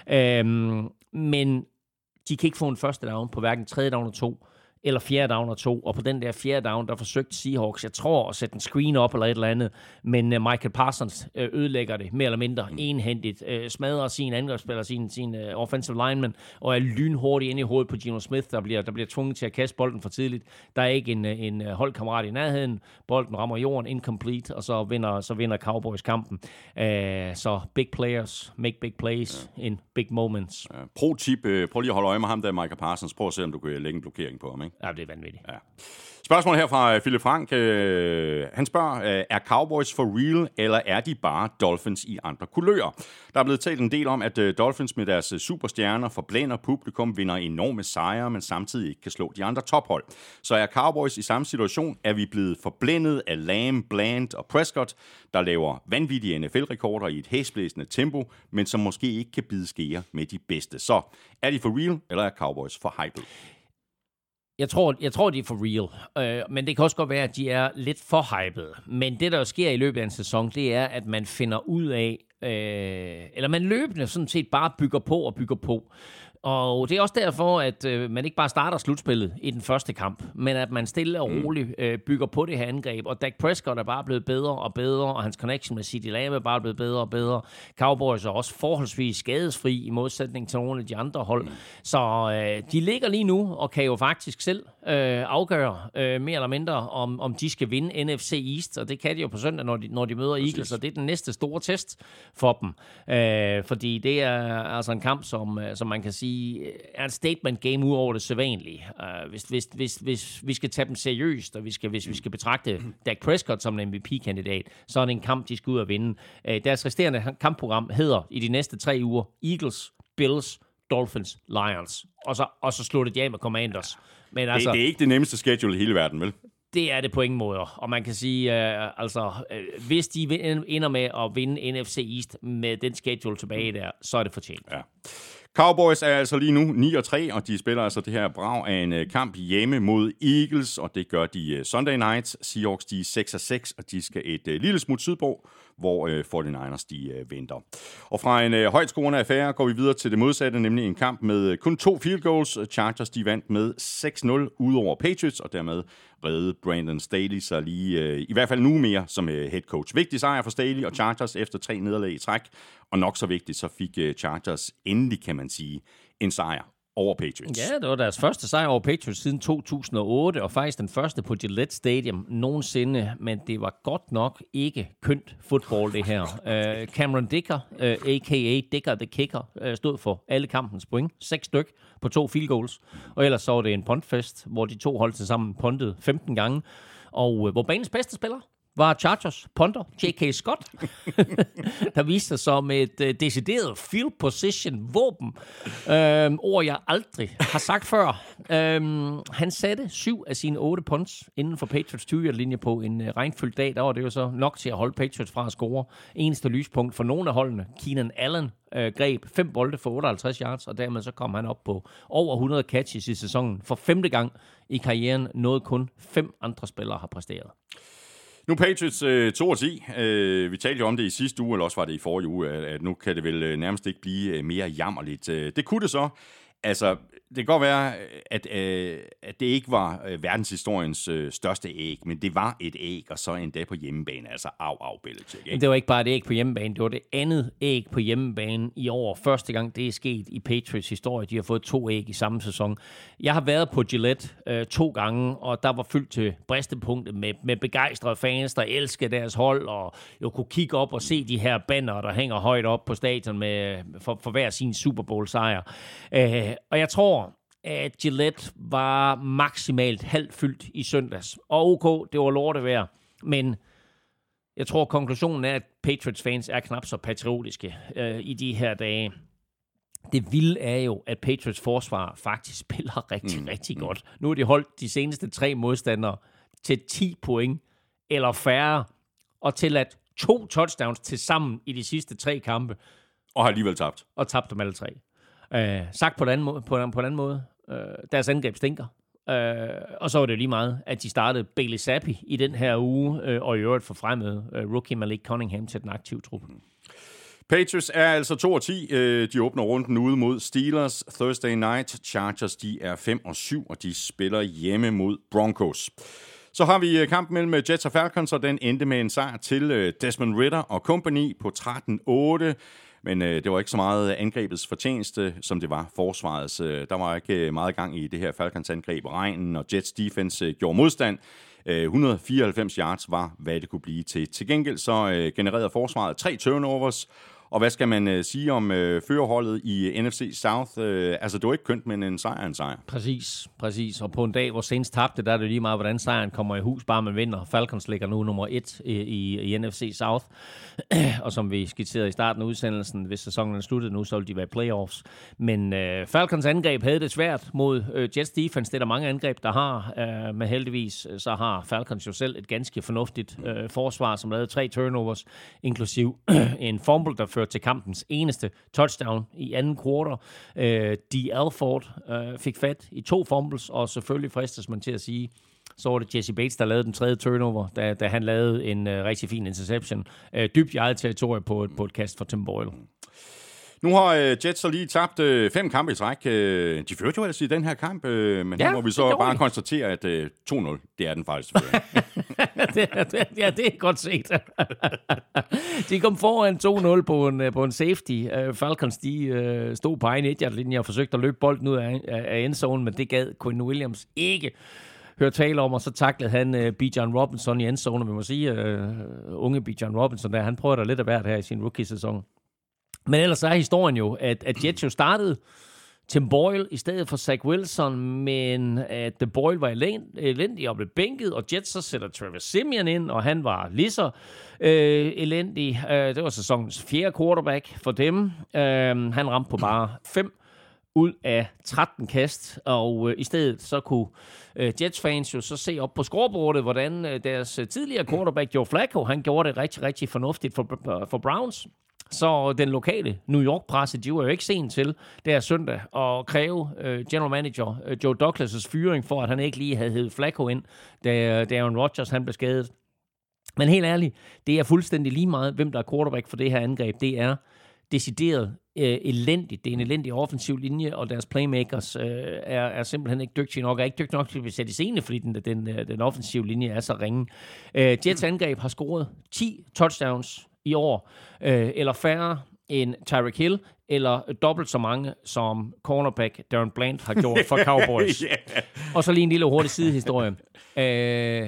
Øhm, men de kan ikke få en første down på hverken tredje down og to, eller fjerde down og to, og på den der fjerde down, der forsøgte Seahawks, jeg tror, at sætte en screen op eller et eller andet, men uh, Michael Parsons uh, ødelægger det mere eller mindre mm. enhændigt, uh, smadrer sin angrebsspiller, sin, sin uh, offensive lineman, og er lynhurtigt inde i hovedet på Geno Smith, der bliver, der bliver tvunget til at kaste bolden for tidligt. Der er ikke en, en holdkammerat i nærheden, bolden rammer jorden, incomplete, og så vinder, så vinder Cowboys kampen. Uh, så big players make big plays ja. in big moments. Ja. Pro-tip, uh, prøv lige at holde øje med ham der, Michael Parsons, prøv at se, om du kan lægge en blokering på ham, ikke? Ja, det er vanvittigt. Ja. Spørgsmål her fra Philip Frank. Øh, han spørger, øh, er Cowboys for real, eller er de bare Dolphins i andre kulører? Der er blevet talt en del om, at øh, Dolphins med deres superstjerner forblænder publikum, vinder enorme sejre, men samtidig ikke kan slå de andre tophold. Så er Cowboys i samme situation, er vi blevet forblændet af Lamb, Bland og Prescott, der laver vanvittige N F L-rekorder i et hæsblæsende tempo, men som måske ikke kan bide skære med de bedste. Så er de for real, eller er Cowboys for hyped? Jeg tror, jeg tror, de er for real, øh, men det kan også godt være, at de er lidt for hyped. Men det, der jo sker i løbet af en sæson, det er, at man finder ud af, øh, eller man løbende sådan set bare bygger på og bygger på. Og det er også derfor, at øh, man ikke bare starter slutspillet i den første kamp, men at man stille og roligt øh, bygger på det her angreb. Og Dak Prescott er bare blevet bedre og bedre, og hans connection med CeeDee Lamb er bare blevet bedre og bedre. Cowboys er også forholdsvis skadesfri i modsætning til nogle af de andre hold. Så øh, de ligger lige nu og kan jo faktisk selv øh, afgøre øh, mere eller mindre, om, om de skal vinde N F C East. Og det kan de jo på søndag, når de, når de møder Eagles, og det er den næste store test for dem. Øh, fordi det er altså en kamp, som, som man kan sige, sige, er et statement game ud over det sædvanlige. Uh, hvis, hvis, hvis, hvis vi skal tage dem seriøst, og vi skal, hvis vi skal betragte Dak Prescott som en M V P-kandidat, så er det en kamp, de skal ud og vinde. Uh, deres resterende kampprogram hedder i de næste tre uger Eagles, Bills, Dolphins, Lions. Og så, og så slutter de af med Commanders. Men altså, det, det er ikke det nemmeste schedule i hele verden, vel? Det er det på ingen måde. Og man kan sige, øh, altså, øh, hvis de ender med at vinde N F C East med den schedule tilbage der, så er det fortjent. Ja. Cowboys er altså lige nu ni og tre, og de spiller altså det her brag af en kamp hjemme mod Eagles, og det gør de Sunday night. Seahawks, de er seks og seks, og de skal et uh, lille smut sydpå, hvor uh, forty-niners de uh, venter. Og fra en uh, højtskårende affære går vi videre til det modsatte, nemlig en kamp med kun to field goals. Chargers, de vandt med seks nul ud over Patriots, og dermed redde Brandon Staley sig lige, uh, i hvert fald nu mere, som uh, head coach. Vigtig sejr for Staley og Chargers efter tre nederlag i træk, og nok så vigtigt, så fik uh, Chargers endelig, kan man sige, en sejr over Patriots. Ja, det var deres første sejr over Patriots siden to tusind og otte, og faktisk den første på Gillette Stadium nogensinde, men det var godt nok ikke kønt fodbold, det her. Uh, Cameron Dicker, uh, a k a. Dicker the Kicker, uh, stod for alle kampens point. Seks styk på to field goals, og ellers så var det en puntfest, hvor de to holdt sig sammen puntet femten gange, og uh, hvor banens bedste spiller var Chargers punter, J K. Scott, der viste sig som et uh, decideret field position våben. Øhm, ord, jeg aldrig har sagt før. Øhm, han satte syv af sine otte punts inden for Patriots tyve-linje på en uh, regnfyldt dag. Der var det jo så nok til at holde Patriots fra at score. Eneste lyspunkt for nogle af holdene, Keenan Allen, øh, greb fem bolde for otteoghalvtreds yards, og dermed så kom han op på over hundrede catches i sæsonen. For femte gang i karrieren, noget kun fem andre spillere har præsteret. Nu Patriots øh, to og ti. Øh, vi talte jo om det i sidste uge, eller også var det i forrige uge, at, at nu kan det vel øh, nærmest ikke blive øh, mere jammerligt. Øh, det kunne det så. Altså, det kan godt være, at, øh, at det ikke var øh, verdenshistoriens øh, største æg, men det var et æg, og så endda på hjemmebane, altså af, af Belichick, ikke? Det var ikke bare et æg på hjemmebane, det var det andet æg på hjemmebane i år. Første gang det er sket i Patriots historie, de har fået to æg i samme sæson. Jeg har været på Gillette øh, to gange, og der var fyldt til bristepunktet med, med begejstrede fans, der elsker deres hold, og jo kunne kigge op og se de her banner, der hænger højt op på stadion med, for, for hver sin Super Bowl-sejr. Øh, og jeg tror, at Gillette var maksimalt halvt fyldt i søndags. Og ok, det var lortevejr, men jeg tror, konklusionen er, at Patriots-fans er knap så patriotiske øh, i de her dage. Det vilde er jo, at Patriots forsvar faktisk spiller rigtig, mm. rigtig godt. Nu har de holdt de seneste tre modstandere til ti point eller færre, og tilladt to touchdowns til sammen i de sidste tre kampe. Og har alligevel tabt. Og tabt dem alle tre. Øh, sagt på en anden måde, på, på en anden måde. Øh, deres angreb stinker. Øh, og så var det jo lige meget, at de startede Bailey Zappi i den her uge, øh, og i øvrigt forfremmede øh, rookie Malik Cunningham til den aktive trup. Patriots er altså to og ti. De åbner runden ude mod Steelers Thursday night. Chargers, de er fem og syv, og de spiller hjemme mod Broncos. Så har vi kampen mellem Jets og Falcons, og den endte med en sejr til Desmond Ridder og company på tretten otte. Men øh, det var ikke så meget angrebets fortjeneste, som det var forsvarets. Øh, der var ikke meget gang i det her Falcons angreb. Regnen og Jets defense øh, gjorde modstand. Øh, et hundrede og fireoghalvfems yards var, hvad det kunne blive til. Til gengæld så øh, genererede forsvaret tre turnovers. Og hvad skal man øh, sige om øh, førerholdet i N F C South? Øh, altså, det var ikke kønt, men en sejr er en sejr. Præcis, præcis. Og på en dag, hvor Saints tabte, der er det lige meget, hvordan sejren kommer i hus, bare man vinder. Falcons ligger nu nummer et i, i, i N F C South. Og som vi skitserede i starten af udsendelsen, hvis sæsonen er sluttet nu, så vil de være playoffs. Men øh, Falcons angreb havde det svært mod øh, Jets defense. Det er der mange angreb, der har. Øh, men heldigvis så har Falcons jo selv et ganske fornuftigt øh, forsvar, som lavede tre turnovers, inklusiv en fumble, der førte til kampens eneste touchdown i anden quarter. Øh, D. Alford øh, fik fat i to fumbles, og selvfølgelig fristes man til at sige, så var det Jesse Bates, der lavede den tredje turnover, da, da han lavede en øh, rigtig fin interception. Øh, dybt i eget territorium på, på et kast for Tim Boyle. Nu har øh, Jets så lige tabt øh, fem kampe i træk. Øh, de førte jo altså i den her kamp, øh, men ja, her må vi så bare konstatere, at øh, to nul, det er den faktisk. det, det, ja, det er godt set. De kom foran to nul på en, på en safety. Uh, Falcons, de uh, stod på egen et-yard-linje og forsøgte at løbe bolden ud af, af endzone, men det gad Quinn Williams ikke høre tale om, og så taklede han uh, Bijan Robinson i endzone, og vi må sige, uh, unge Bijan Robinson, der, han prøver da lidt af hvert her i sin rookie-sæson. Men ellers er historien jo, at, at Jets jo startede Tim Boyle i stedet for Zach Wilson, men at The Boyle var elendig og blev bænket, og Jets så sætter Travis Simeon ind, og han var lige så øh, elendig. Øh, det var sæsonens fjerde quarterback for dem. Øh, han ramte på bare fem ud af tretten kast, og øh, i stedet så kunne øh, Jets-fans jo så se op på scoreboardet, hvordan øh, deres tidligere quarterback Joe Flacco, han gjorde det rigtig, rigtig fornuftigt for, for Browns. Så den lokale New York-presse, de var jo ikke sent til der søndag at kræve øh, general manager øh, Joe Douglas' fyring for, at han ikke lige havde hævet Flacco ind, da, da Aaron Rodgers han blev skadet. Men helt ærligt, det er fuldstændig lige meget, hvem der er quarterback for det her angreb. Det er decideret øh, elendigt. Det er en elendig offensiv linje, og deres playmakers øh, er, er simpelthen ikke dygtige nok. Er ikke dygtige nok til at sætte i scene, fordi den, den, den offensive linje er så ringe. Øh, Jets angreb har scoret ti touchdowns i år, øh, eller færre end Tyreek Hill, eller dobbelt så mange, som cornerback Darren Bland har gjort for Cowboys. yeah. Og så lige en lille hurtig sidehistorie. Øh,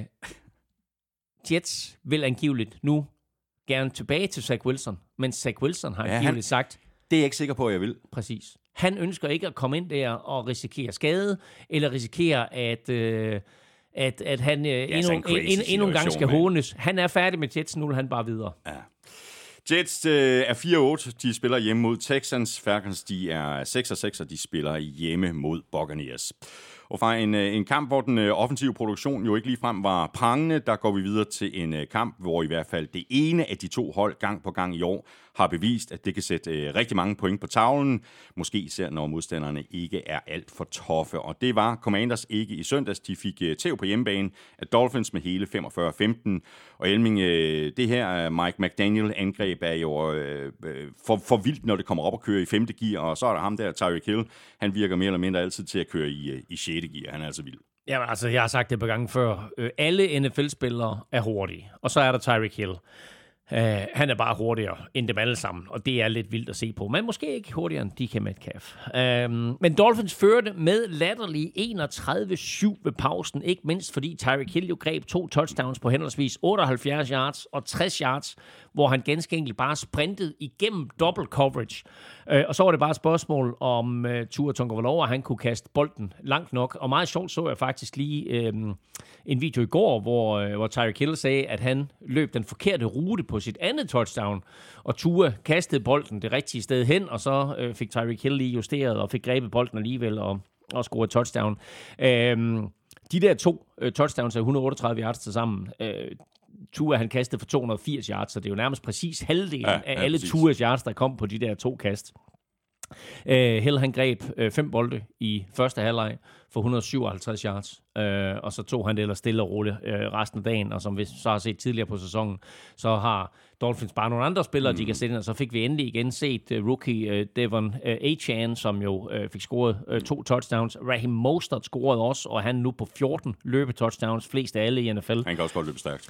Jets vil angiveligt nu gerne tilbage til Zach Wilson, men Zach Wilson har ja, angiveligt han, sagt... Det er jeg ikke sikker på, at jeg vil. Præcis. Han ønsker ikke at komme ind der og risikere skade, eller risikere, at... Øh, At, at han øh, endnu, en, en, endnu en gang skal hånes. Han er færdig med Jets, nu vil han bare videre. Ja. Jets øh, er fire otte, de spiller hjemme mod Texans. Falcons, de er seks og seks, og de spiller hjemme mod Buccaneers. Og fra en, en kamp, hvor den offensive produktion jo ikke ligefrem var prangende, der går vi videre til en kamp, hvor i hvert fald det ene af de to hold gang på gang i år har bevist, at det kan sætte rigtig mange point på tavlen. Måske især når modstanderne ikke er alt for toffe. Og det var Commanders ikke i søndags. De fik tæv på hjemmebane af Dolphins med hele femogfyrre femten. Og Elming, det her Mike McDaniel-angreb er jo for, for vildt, når det kommer op og kører i femte gear. Og så er der ham der, Tyreek Hill. Han virker mere eller mindre altid til at køre i, i sjette gear. Han er altså vild. Jamen altså, jeg har sagt det på gange før. Alle N F L-spillere er hurtige. Og så er der Tyreek Hill. Uh, han er bare hurtigere end dem alle sammen, og det er lidt vildt at se på. Men måske ikke hurtigere end D K Metcalf. Uh, men Dolphins førte med latterlige enogtredive syv ved pausen, ikke mindst fordi Tyreek Hill jo greb to touchdowns på henholdsvis otteoghalvfjerds yards og tres yards, hvor han ganske enkelt bare sprintede igennem double coverage. Uh, og så var det bare et spørgsmål om uh, Tua Tagovailoa, han kunne kaste bolden langt nok. Og meget sjovt så jeg faktisk lige uh, en video i går, hvor, uh, hvor Tyreek Hill sagde, at han løb den forkerte rute på sit andet touchdown, og Tua kastede bolden det rigtige sted hen, og så øh, fik Tyreek Hill lige justeret, og fik grebet bolden alligevel, og, og scoret touchdown. Øhm, de der to øh, touchdowns er et hundrede og otteogtredive yards til sammen. Øh, Tua, han kastede for to hundrede og firs yards, så det er jo nærmest præcis halvdelen ja, af ja, alle Tuas yards, der kom på de der to kast. Uh, Hill, han greb uh, fem bolde i første halvleg for et hundrede og syvoghalvtreds yards, uh, og så tog han det ellers stille og roligt uh, resten af dagen, og som vi så har set tidligere på sæsonen, så har Dolphins bare nogle andre spillere, mm. de kan sætte ind, og så fik vi endelig igen set uh, rookie uh, Devon uh, Achane, som jo uh, fik scoret uh, to touchdowns. Raheem Mostert scorede også, og han nu på fjorten løbetouchdowns, flest af alle i N F L. Han kan også godt løbe stærkt.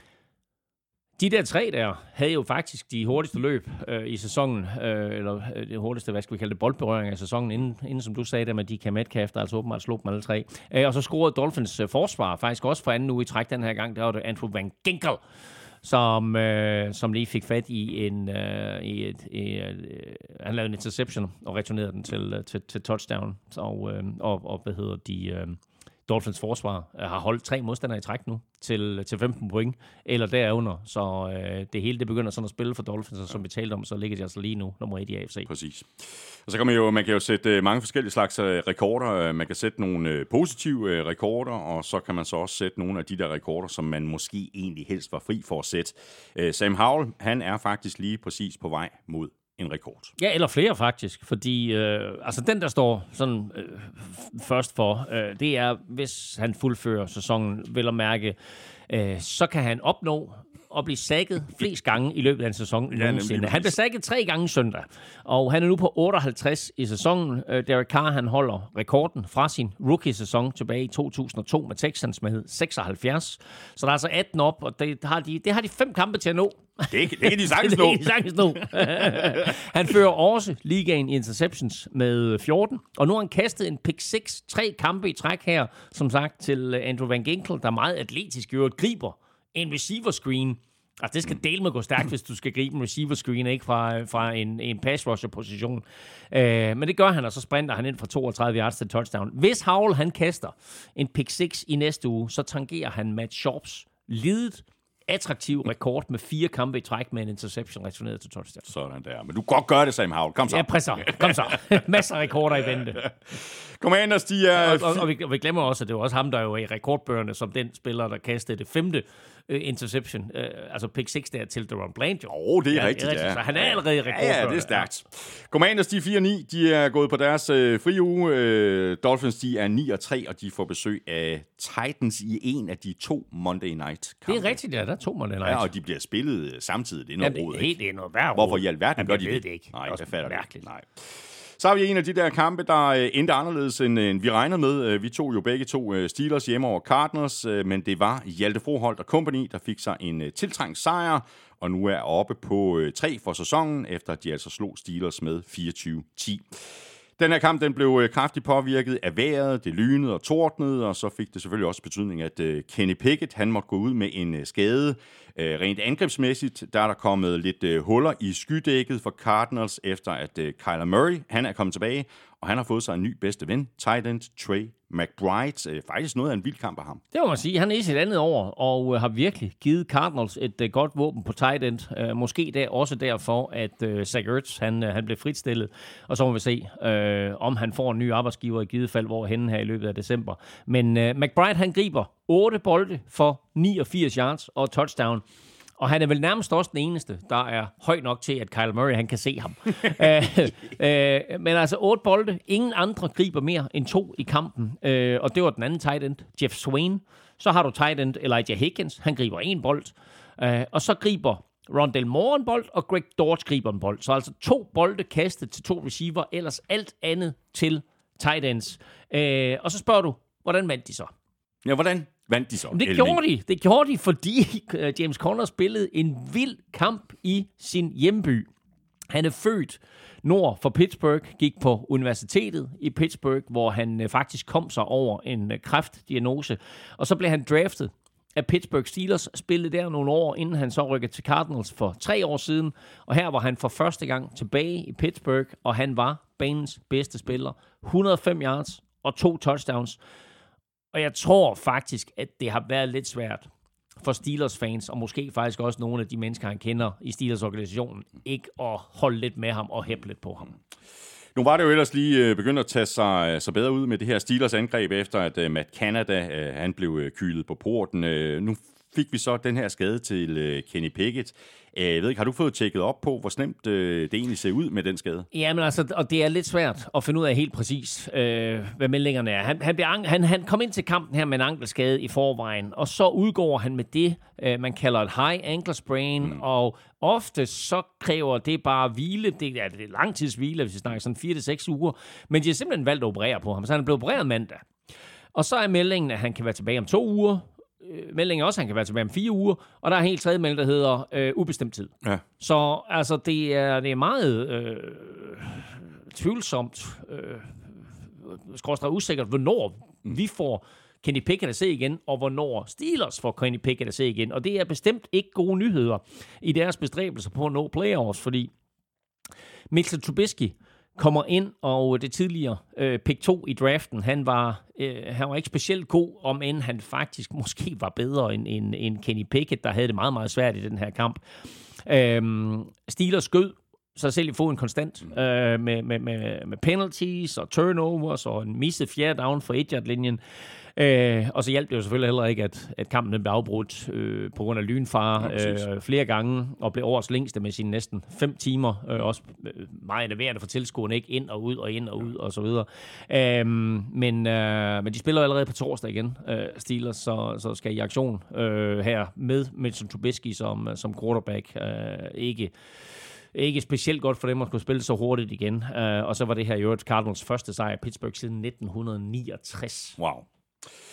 De der tre der havde jo faktisk de hurtigste løb øh, i sæsonen, øh, eller øh, det hurtigste, hvad skal vi kalde det, boldberøringer i sæsonen, inden, inden som du sagde det med D K Metcalf, der altså åbenbart slog dem alle tre. Øh, og så scorede Dolphins øh, forsvar faktisk også for anden uge i træk den her gang, der var det Andrew Van Ginkel, som, øh, som lige fik fat i en, øh, i et, i, øh, han lavede en interception og returnerede den til, til, til touchdown, og, øh, og, og hvad hedder de... Øh, Dolphins forsvar har holdt tre modstandere i træk nu til, til femten point, eller derunder. Så øh, det hele det begynder sådan at spille for Dolphins, og som vi talte om, så ligger de altså lige nu nummer et i A F C. Præcis. Og så kan man jo, man kan jo sætte mange forskellige slags rekorder. Man kan sætte nogle positive rekorder, og så kan man så også sætte nogle af de der rekorder, som man måske egentlig helst var fri for at sætte. Sam Howell, han er faktisk lige præcis på vej mod en rekord. Ja, eller flere faktisk, fordi øh, altså den, der står sådan øh, først for, øh, det er, hvis han fuldfører sæsonen, vel at mærke, øh, så kan han opnå at blive sacket flest gange i løbet af en sæson ja, nogensinde. Han blev sacket tre gange søndag, og han er nu på otteoghalvtreds i sæsonen. Uh, Derek Carr, han holder rekorden fra sin rookie-sæson tilbage i to tusind og to med Texans med seksoghalvfjerds. Så der er altså atten op, og det har de, det har de fem kampe til at nå. Det, det kan de sagtens nå. Det kan de sagtens nå. Han fører også ligaen i interceptions med fjorten, og nu har han kastet en pick six, tre kampe i træk her, som sagt, til Andrew Van Ginkel, der meget atletisk i øvrigt griber en receiver screen Altså, det skal dele med gå stærkt, hvis du skal gribe en receiver screen, ikke fra, fra en, en pass rusher position. Øh, men det gør han, og så sprinter han ind fra toogtredive yards til touchdown. Hvis Howell, han kaster en pick seks i næste uge, så tangerer han Matt Sharps ledet attraktiv rekord med fire kampe i træk med en interception returneret til touchdown. Sådan der. Men du kan godt gøre det, Sam Howell. Kom så. Ja, præcis. Kom så. Masser af rekorder i vente. Commanders, de er... Og, og, og, vi, og vi glemmer også, at det var også ham, der jo er i rekordbøgerne som den spiller, der kastede det femte uh, interception, uh, altså pick seks der til Deron Bland. Åh, oh, det er ja, rigtigt, ja. Så han er allerede i rekordbøgerne. Ja, ja, det er stærkt. Commanders, de er fire ni. De er gået på deres øh, frie uge. Øh, Dolphins, de er ni og tre, og de får besøg af Titans i en af de to Monday Night-kampe. Det er rigtigt, ja. Der er to Monday Night. Ja, og de bliver spillet samtidig. Det er noget Jamen, rod, det er helt, det er noget værre rod. Hvorfor i alverden Jamen, gør de jeg ved det? det ikke. Nej, det jeg fatter mærkeligt. det. Nej. Så har vi en af de der kampe, der endte anderledes, end, end vi regnede med. Vi tog jo begge to Steelers hjemme over Cardinals, men det var Hjalte Froholt og company, der fik sig en tiltrængt sejr, og nu er oppe på tre for sæsonen, efter at de altså slog Steelers med fireogtyve ti. Den her kamp, den blev kraftigt påvirket af vejret, det lynede og tordnede, og så fik det selvfølgelig også betydning, at Kenny Pickett, han måtte gå ud med en skade. Rent angrebsmæssigt, der er der kommet lidt huller i skydækket for Cardinals, efter at Kyler Murray, han er kommet tilbage, og han har fået sig en ny bedste ven, tight end Trey McBride. Faktisk noget af en vild kamp af ham. Det må man sige. Han er i sit andet år, og har virkelig givet Cardinals et uh, godt våben på tight end. Uh, måske der, også derfor, at uh, Zach Ertz, han, uh, han blev fritstillet. Og så må vi se, uh, om han får en ny arbejdsgiver i givet fald, hvor henne her i løbet af december. Men uh, McBride, han griber otte bolde for niogfirs yards og touchdown. Og han er vel nærmest også den eneste, der er høj nok til, at Kyler Murray han kan se ham. Æ, øh, men altså otte bolde. Ingen andre griber mere end to i kampen. Øh, og det var den anden tight end, Jeff Swain. Så har du tight end Elijah Higgins. Han griber en bold. Øh, og så griber Rondale Moore en bold, og Greg Dortch griber en bold. Så altså to bolde kastet til to receiver, ellers alt andet til tight ends. Øh, og så spørger du, hvordan vandt de så? Ja, hvordan vandt de så? Det Elving? gjorde de. Det gjorde de, fordi James Conner spillede en vild kamp i sin hjemby. Han er født nord for Pittsburgh, gik på universitetet i Pittsburgh, hvor han faktisk kom sig over en kræftdiagnose. Og så blev han draftet af Pittsburgh Steelers, spillede der nogle år, inden han så rykkede til Cardinals for tre år siden. Og her var han for første gang tilbage i Pittsburgh, og han var banens bedste spiller. et hundrede og fem yards og to touchdowns. Og jeg tror faktisk, at det har været lidt svært for Steelers-fans, og måske faktisk også nogle af de mennesker, han kender i Steelers-organisationen, ikke at holde lidt med ham og hæppe lidt på ham. Nu var det jo ellers lige begyndt at tage sig, sig bedre ud med det her Steelers-angreb, efter at Matt Canada han blev kylet på porten. Nu fik vi så den her skade til Kenny Pickett. Jeg ved ikke, har du fået tjekket op på, hvor slemt det egentlig ser ud med den skade? Jamen altså, og det er lidt svært at finde ud af helt præcis, øh, hvad meldingerne er. Han, han, blev, han, han kom ind til kampen her med en ankelskade i forvejen, og så udgår han med det, øh, man kalder et high ankle sprain, mm. og ofte så kræver det bare hvile. Det er, det er langtidshvile, hvis vi snakker sådan fire til seks uger, men de har simpelthen valgt at operere på ham, så han er blevet opereret mandag. Og så er meldingen, at han kan være tilbage om to uger. Meldingen er også, at han kan være tilbage om fire uger, og der er en helt tredje melding, der hedder øh, ubestemt tid. Ja. Så altså, det er, det er meget øh, tvivlsomt, øh, skråstreg usikkert, hvornår mm. vi får Kenny Pickett at se igen, og hvornår Steelers får Kenny Pickett at se igen. Og det er bestemt ikke gode nyheder i deres bestræbelser på at nå playoffs, fordi Mitchell Trubisky kommer ind, og det tidligere øh, pick to i draften, han var, øh, han var ikke specielt god, om end han faktisk måske var bedre end, end, end Kenny Pickett, der havde det meget, meget svært i den her kamp. Øhm, Steelers skød sig selv i foden konstant, øh, med, med, med, med penalties og turnovers og en misset fjerde down for et-yard-linjen. Øh, og så hjalp det jo selvfølgelig heller ikke, at, at kampen den blev afbrudt øh, på grund af lynfare øh, flere gange, og blev årets længste med sine næsten fem timer. Øh, også meget enerverende for tilskuerne, ikke ind og ud og ind og ud og så videre. Øh, men, øh, men de spiller allerede på torsdag igen, øh, Steelers, så, så skal i aktion øh, her med Mitchell Trubisky som, som quarterback. Øh, ikke Ikke specielt godt for dem at kunne spille så hurtigt igen. Uh, og så var det her jo Cardinals første sejr i Pittsburgh siden nitten niogtres. Wow.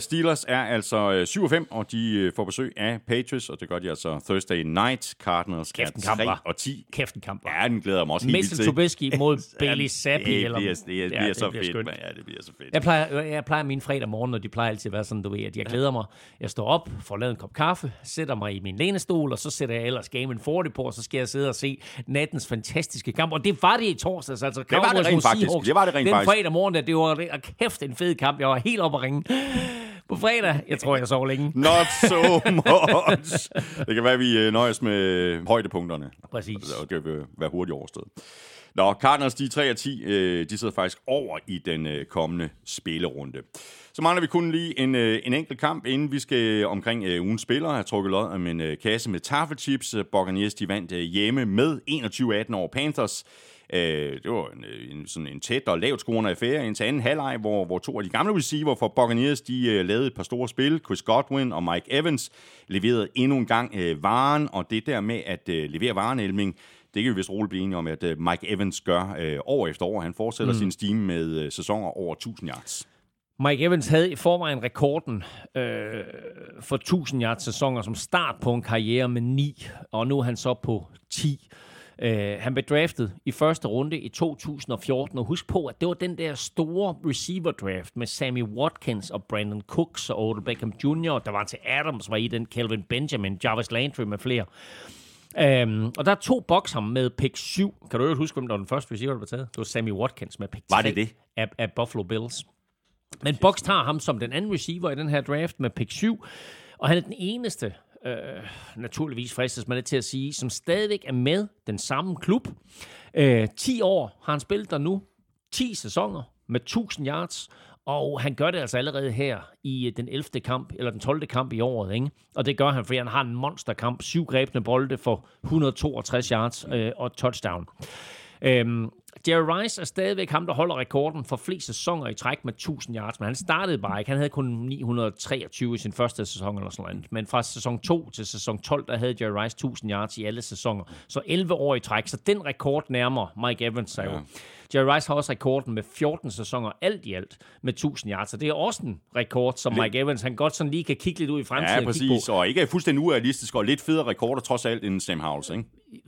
Steelers er altså syv og fem, og de får besøg af Patriots, og det gør de altså Thursday night. Cardinals er tre og ti. Kæft en kamp, ja, den glæder mig også helt vildt til. Mitchell Trubisky mod Bailey Zappi. Det eller... bliver, det, det, ja, bliver det så bliver fedt, skønt. man. Ja, det bliver så fedt. Jeg plejer, jeg plejer min fredag morgen, og de plejer altid at være sådan, du ved, at jeg glæder mig. Jeg står op, får lavet en kop kaffe, sætter mig i min lænestol, og så sætter jeg ellers Game fyrre på, og så skal jeg sidde og se nattens fantastiske kamp. Og det var det i torsdags. Altså, det var det rent faktisk. Det var det rent den faktisk. fredag morgen, der, det var kæft en fed kamp. Jeg var helt oppe at ringe. På fredag, jeg tror, jeg sover længe. Not so much. Det kan være, at vi nøjes med højdepunkterne. Præcis. Og det kan være hurtigt overstået. Nå, Cardinals, de tre og ti, de sidder faktisk over i den kommende spillerunde. Så mangler vi kun lige en, en enkelt kamp, inden vi skal omkring ugens spillere. Jeg har trukket lod om en kasse med taffelchips. Buccaneers, de vandt hjemme med enogtyve atten over Panthers. Det var en, en, sådan en tæt og lavt scorende affære indtil anden halvleg, hvor, hvor to af de gamle receiver for Buccaneers, de uh, lavede et par store spil. Chris Godwin og Mike Evans leverede endnu en gang uh, varen, og det der med at uh, levere varen, Elming, det kan vi vist roligt blive enige om, at uh, Mike Evans gør uh, år efter år. Han fortsætter mm. sin stime med uh, sæsoner over tusind yards. Mike Evans havde i forvejen rekorden øh, for tusind yards sæsoner som start på en karriere med ni, og nu er han så på ti. Uh, han blev draftet i første runde i to tusind og fjorten, og husk på, at det var den der store receiver-draft med Sammy Watkins og Brandon Cooks og Odell Beckham junior Der var til Adams, var i den, Kelvin Benjamin, Jarvis Landry med flere. Um, og der tog Bucs ham med pick syv. Kan du jo huske, hvem der var den første receiver, der var taget? Det var Sammy Watkins med pick tre. Var det det? Af, af Buffalo Bills. Men Bucs tager ham som den anden receiver i den her draft med pick syv, og han er den eneste, øh, naturligvis fristes man lidt til at sige, som stadigvæk er med den samme klub. Øh, ti år har han spillet der nu, ti sæsoner med tusind yards, og han gør det altså allerede her i den ellevte kamp, eller den tolvte kamp i året, ikke? Og det gør han, fordi han har en monsterkamp, syv grebne bolde for et hundrede og toogtres yards øh, og touchdown. Øhm, Jerry Rice er stadigvæk ham, der holder rekorden for flest sæsoner i træk med tusind yards, men han startede bare ikke. Han havde kun ni hundrede og treogtyve i sin første sæson eller sådan noget. Men fra sæson to til sæson tolv, der havde Jerry Rice tusind yards i alle sæsoner. Så elleve år i træk, så den rekord nærmer Mike Evans sig jo. Ja. Jerry Rice har også rekorden med fjorten sæsoner alt i alt med tusind yards, så det er også en rekord, som Mike Evans, han godt sådan lige kan kigge lidt ud i fremtiden. Ja, præcis, og, og ikke er fuldstændig urealistisk, og lidt federe rekorder trods alt end Sam Howells, ikke?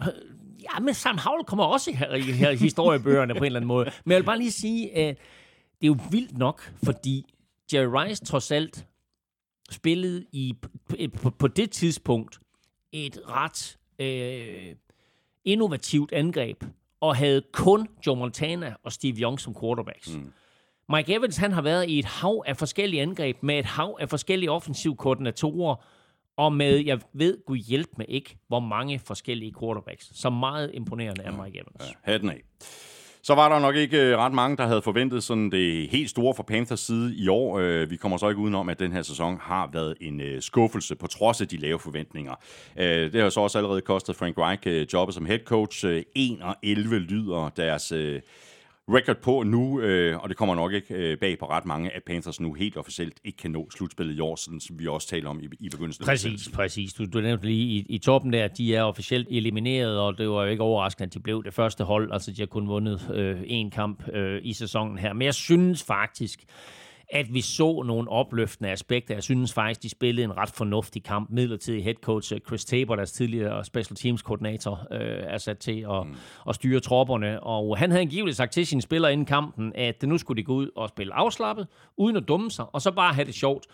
Ja, men Sam Howell kommer også i her i historiebøgerne på en eller anden måde. Men jeg vil bare lige sige, at det er jo vildt nok, fordi Jerry Rice trods alt spillede i, på, på det tidspunkt et ret øh, innovativt angreb, og havde kun Joe Montana og Steve Young som quarterbacks. Mm. Mike Evans, han har været i et hav af forskellige angreb, med et hav af forskellige offensive koordinatorer, og med, jeg ved, Gud hjælp med ikke, hvor mange forskellige quarterbacks. Så meget imponerende er Mike Evans. Ja, hatten af. Så var der nok ikke ret mange, der havde forventet sådan det helt store fra Panthers side i år. Vi kommer så ikke udenom, at den her sæson har været en skuffelse på trods af de lave forventninger. Det har så også allerede kostet Frank Reich jobbet som head coach. en og elleve lyder deres record på nu, øh, og det kommer nok ikke øh, bag på ret mange, at Panthers nu helt officielt ikke kan nå slutspillet i år, sådan som vi også taler om i, i begyndelsen. Præcis, præcis. Du, du nævnte lige i, i toppen der, at de er officielt elimineret, og det var jo ikke overraskende, at de blev det første hold. Altså, de har kun vundet øh, én kamp øh, i sæsonen her. Men jeg synes faktisk, at vi så nogle opløftende aspekter. Jeg synes faktisk, de spillede en ret fornuftig kamp. Midlertidig head coach Chris Tabor, deres tidligere special teams koordinator, øh, er sat til at, mm. at styre tropperne. Og han havde angiveligt sagt til sine spillere inden kampen, at nu skulle de gå ud og spille afslappet, uden at dumme sig, og så bare have det sjovt.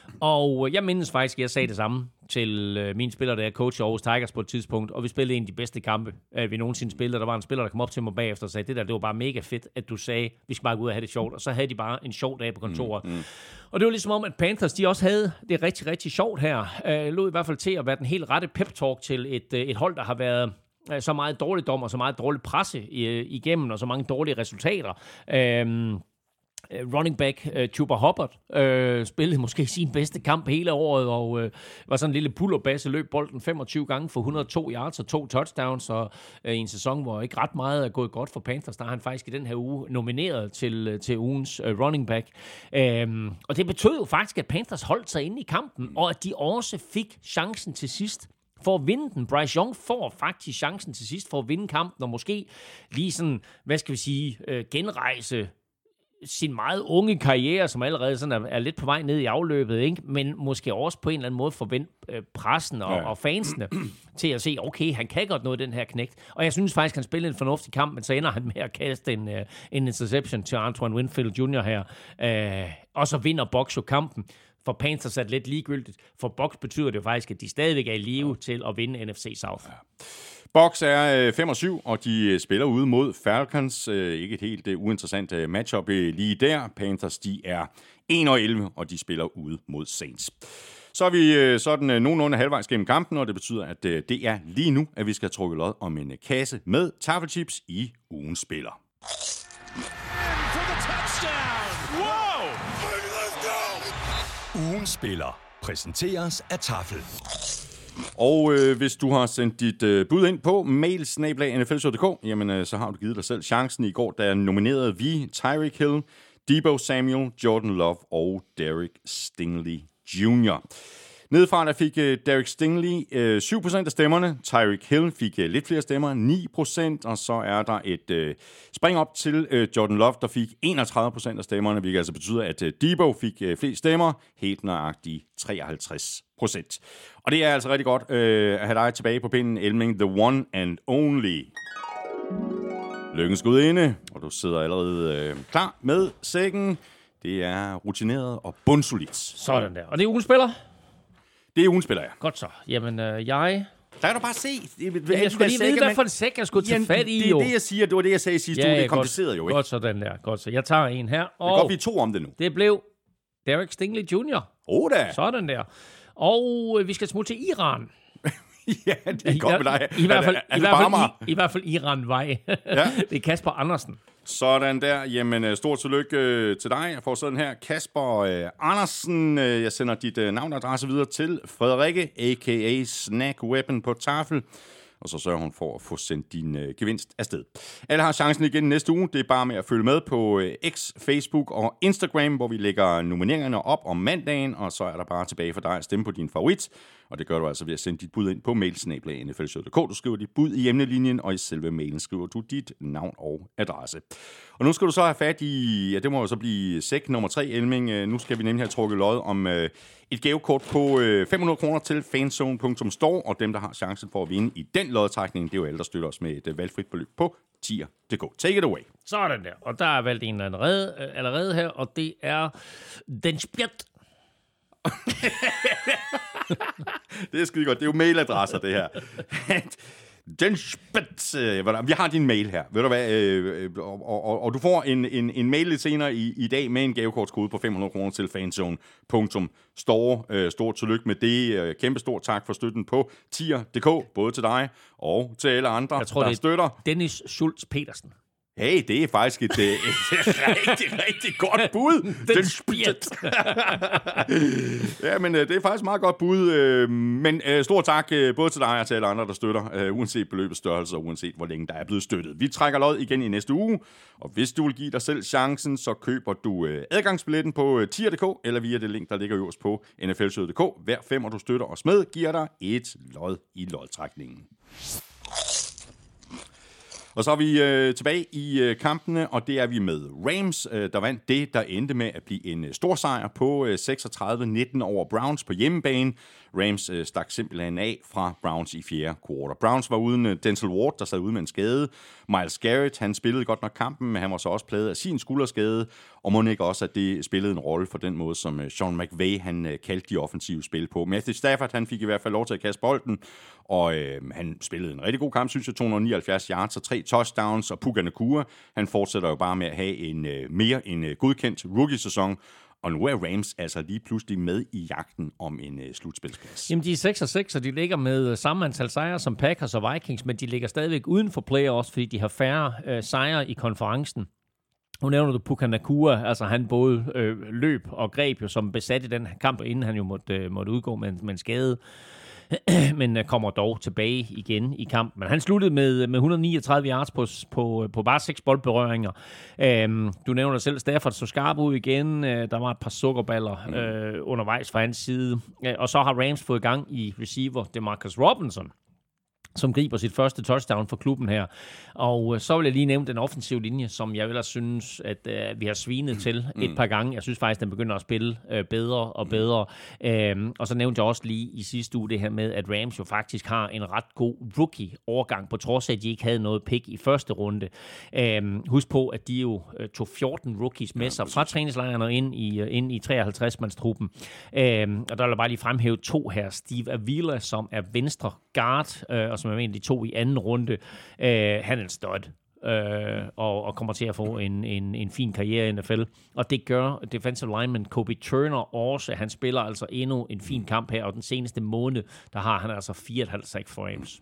Og jeg mindes faktisk, at jeg sagde det samme til øh, mine spillere, der er coach i Aarhus Tigers på et tidspunkt, og vi spillede en af de bedste kampe, øh, vi nogensinde spillede. Der var en spiller, der kom op til mig bagefter og sagde, det der, det var bare mega fedt, at du sagde, vi skal bare gå ud og have det sjovt. Og så havde de bare en sjov dag på kontoret. Mm, mm. Og det var ligesom om, at Panthers, de også havde det rigtig, rigtig sjovt her. Øh, lod i hvert fald til at være den helt rette pep-talk til et, øh, et hold, der har været øh, så meget dårligdom og så meget dårlig presse øh, igennem, og så mange dårlige resultater. Øh, running back uh, Chuba Hubbard uh, spillede måske sin bedste kamp hele året, og uh, var sådan en lille pullerbasse, løb bolden femogtyve gange for et hundrede og to yards og to touchdowns, og uh, i en sæson, hvor ikke ret meget er gået godt for Panthers, der er han faktisk i den her uge nomineret til, uh, til ugens uh, running back. Um, og det betød jo faktisk, at Panthers holdt sig inde i kampen, og at de også fik chancen til sidst for at vinde den. Bryce Young får faktisk chancen til sidst for at vinde kampen, og måske lige sådan, hvad skal vi sige, uh, genrejse sin meget unge karriere, som allerede sådan er, er lidt på vej ned i afløbet, ikke? Men måske også på en eller anden måde forvente øh, pressen og, ja. og fansene til at se, okay, han kan godt noget den her knægt. Og jeg synes faktisk, han spillede en fornuftig kamp, men så ender han med at kaste en, øh, en interception til Antoine Winfield junior her. Øh, og så vinder Bucs jo kampen. For Panthers er det lidt ligegyldigt. For Bucs betyder det jo faktisk, at de stadigvæk er i live til at vinde N F C South. Ja. Bucs er fem og syv, og de spiller ude mod Falcons. Ikke et helt uinteressant matchup lige der. Panthers, de er en og elleve, og de spiller ude mod Saints. Så er vi sådan nogenlunde halvvejs gennem kampen, og det betyder, at det er lige nu, at vi skal trukke lod om en kasse med taffelchips i ugens spiller. Ugens spiller præsenteres af Tafel. Og øh, hvis du har sendt dit øh, bud ind på mail snabel-a n f l punktum d k, jamen øh, så har du givet dig selv chancen. I går, der nominerede vi Tyreek Hill, Deebo Samuel, Jordan Love og Derek Stingley junior Nedefra der fik uh, Derek Stingley uh, syv procent af stemmerne. Tyreek Hill fik uh, lidt flere stemmer, ni procent. Og så er der et uh, spring op til uh, Jordan Love, der fik enogtredive procent af stemmerne, hvilket altså betyder, at uh, Deebo fik uh, flest stemmer, helt nøjagtigt treoghalvtreds procent. Og det er altså rigtig godt uh, at have dig tilbage på pinden, Elming, the one and only. Lykkens gudinde, og du sidder allerede uh, klar med sækken. Det er rutineret og bundsolidt. Sådan der. Og det er ugens spiller? Det er ugen spiller, ja. Godt så. Jamen, øh, jeg... Der kan du bare se. Det, jeg skulle lige vide, hvad for en sæk, jeg skulle tage fat i, det, jo. Det er det, jeg siger. Det var det, jeg sagde sidste ja, uge. Det er godt, kompliceret jo, ikke? Godt sådan der. Godt så. Jeg tager en her. Og det kan godt blive to om det nu. Det blev Derek Stingley junior Åh oh, da. Sådan der. Og øh, vi skal smutte til Iran. Ja, det er godt med dig. I, i, hvert fald, er, er i, hvert fald, i, i hvert fald Iran-vej. Ja. Det er Kasper Andersen. Sådan der. Jamen, stort tillykke øh, til dig. Jeg får sådan her. Kasper øh, Andersen. Øh, jeg sender dit øh, navn og adresse videre til Frederikke, a k a. Snack Weapon på Tafel. Og så sørger hun for at få sendt din øh, gevinst afsted. Alle har chancen igen næste uge. Det er bare med at følge med på øh, X, Facebook og Instagram, hvor vi lægger nomineringerne op om mandagen. Og så er der bare tilbage for dig at stemme på din favorit. Og det gør du altså ved at sende dit bud ind på mailsnabel-a n f l punktum d k. Du skriver dit bud i emnelinjen, og i selve mailen skriver du dit navn og adresse. Og nu skal du så have fat i, ja, det må jo så blive sæk nummer tre, Elming. Nu skal vi nemlig have trukket lod om øh, et gavekort på øh, fem hundrede kroner til fanzone punktum store, og dem, der har chancen for at vinde i den lodtrækning, det er jo alle, der støtter os med et øh, valgfrit beløb på tier punktum d k. Take it away. Sådan der. Og der er valgt en allerede, øh, allerede her, og det er den spjert. Det er skide godt. Det er jo mailadresser, det her. Den spæt. Vi har din mail her. Ved du hvad? Øh, og, og, og du får en, en, en mail lidt senere i, i dag med en gavekortskode på fem hundrede kroner til fanzone punktum store. Øh, stort tillykke med det. Kæmpe stort tak for støtten på tier punktum d k. Både til dig og til alle andre, Jeg tror, der det er støtter. Dennis Schultz Petersen. Hey, det er faktisk et, et, et rigtig, rigtig godt bud. Den spjert. Ja, men det er faktisk et meget godt bud. Men stor tak både til dig og til alle andre, der støtter, uanset beløbets størrelse og uanset hvor længe der er blevet støttet. Vi trækker lod igen i næste uge, og hvis du vil give dig selv chancen, så køber du adgangsbilletten på tier punktum d k eller via det link, der ligger øverst på n f l punktum d k. Hver femmer, du støtter os med, giver dig et lod i lodtrækningen. Og så er vi øh, tilbage i øh, kampene, og det er vi med Rams, øh, der vandt det, der endte med at blive en øh, stor sejr på øh, seksogtredive nitten over Browns på hjemmebane. Rams øh, stak simpelthen af fra Browns i fjerde quarter. Browns var uden øh, Denzel Ward, der sad ude med en skade. Miles Garrett, han spillede godt nok kampen, men han var så også plaget af sin skulderskade. Og må ikke også, at det spillede en rolle for den måde, som øh, Sean McVay, han øh, kaldte de offensive spil på. Matthew Stafford, han fik i hvert fald lov til at kaste bolden, og øh, han spillede en rigtig god kamp, synes jeg, to hundrede nioghalvfjerds yards og tre touchdowns, og Puka Nacua, han fortsætter jo bare med at have en øh, mere en øh, godkendt rookie-sæson. Og nu er Rams altså lige pludselig med i jagten om en uh, slutspilsplads. Jamen, de er seks og seks, og de ligger med samme antal sejre som Packers og Vikings, men de ligger stadigvæk uden for playoffs, fordi de har færre uh, sejre i konferencen. Nu nævner du Puka Nacua, altså han både øh, løb og greb jo som besat i den kamp, inden han jo måtte, øh, måtte udgå med, med en skade. Men kommer dog tilbage igen i kampen. Men han sluttede med, med et hundrede niogtredive yards på, på, på bare seks boldberøringer. Øhm, du nævner selv, Stafford så skarp ud igen. Øh, der var et par sukkerballer øh, undervejs fra hans side. Øh, og så har Rams fået gang i receiver DeMarcus Robinson. som griber sit første touchdown for klubben her. Og så vil jeg lige nævne den offensive linje, som jeg ellers synes, at øh, vi har svinet til et mm. par gange. Jeg synes faktisk, den begynder at spille øh, bedre og bedre. Øhm, og så nævnte jeg også lige i sidste uge det her med, at Rams jo faktisk har en ret god rookie-overgang, på trods af, at de ikke havde noget pick i første runde. Øhm, husk på, at de jo øh, tog fjorten rookies med sig fra træningslejren og ind i, øh, ind i treoghalvtreds-mandstruppen. Øhm, og der vil jeg bare lige fremhæve to her. Steve Avila, som er venstre guard, øh, og som er en af de to i anden runde. Øh, han er en stud, øh, og, og kommer til at få en, en, en fin karriere i N F L. Og det gør defensive lineman Kobe Turner også. Han spiller altså endnu en fin kamp her, og den seneste måned, der har han altså fire komma fem sack for Rams.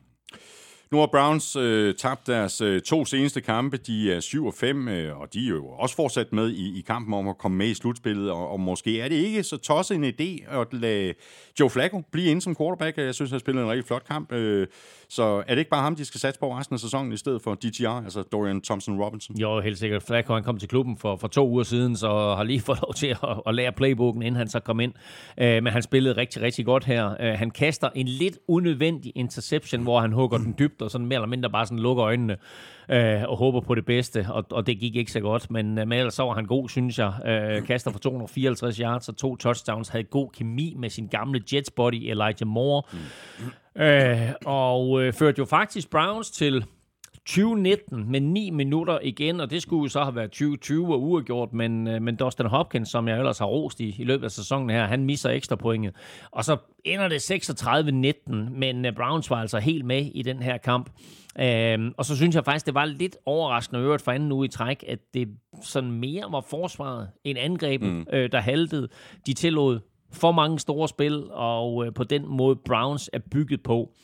Nu har Browns øh, tabt deres øh, to seneste kampe. De er syv og fem, øh, og de er jo også fortsat med i, i kampen om at komme med i slutspillet. Og, og måske er det ikke så tosset en idé at lade Joe Flacco blive inde som quarterback. Jeg synes, han har spillet en rigtig flot kamp. Øh, så er det ikke bare ham, de skal satse på resten af sæsonen i stedet for D T R, altså Dorian Thompson-Robinson? Jo, helt sikkert. Flacco, han kom til klubben for, for to uger siden, så har lige fået lov til at, at lære playbooken, inden han så kom ind. Øh, men han spillede rigtig, rigtig godt her. Øh, han kaster en lidt unødvendig interception, hvor han hugger den dybt, og sådan mere eller mindre bare sådan lukker øjnene øh, og håber på det bedste, og, og det gik ikke så godt, men, men ellers så var han god, synes jeg. Øh, kaster for to hundrede og fireoghalvtreds yards og to touchdowns, havde god kemi med sin gamle Jets buddy Elijah Moore, mm. øh, og øh, førte jo faktisk Browns til tyve nitten med ni minutter igen, og det skulle jo så have været tyve tyve og uafgjort, men, men Dustin Hopkins, som jeg ellers har rost i, i løbet af sæsonen her, han misser ekstra pointet. Og så ender det seksogtredive nitten, men Browns var altså helt med i den her kamp. Øhm, og så synes jeg faktisk, det var lidt overraskende øvrigt for anden uge i træk, at det sådan mere var forsvaret end angrebet, mm. øh, der haltede. De tillod for mange store spil, og øh, på den måde Browns er bygget på.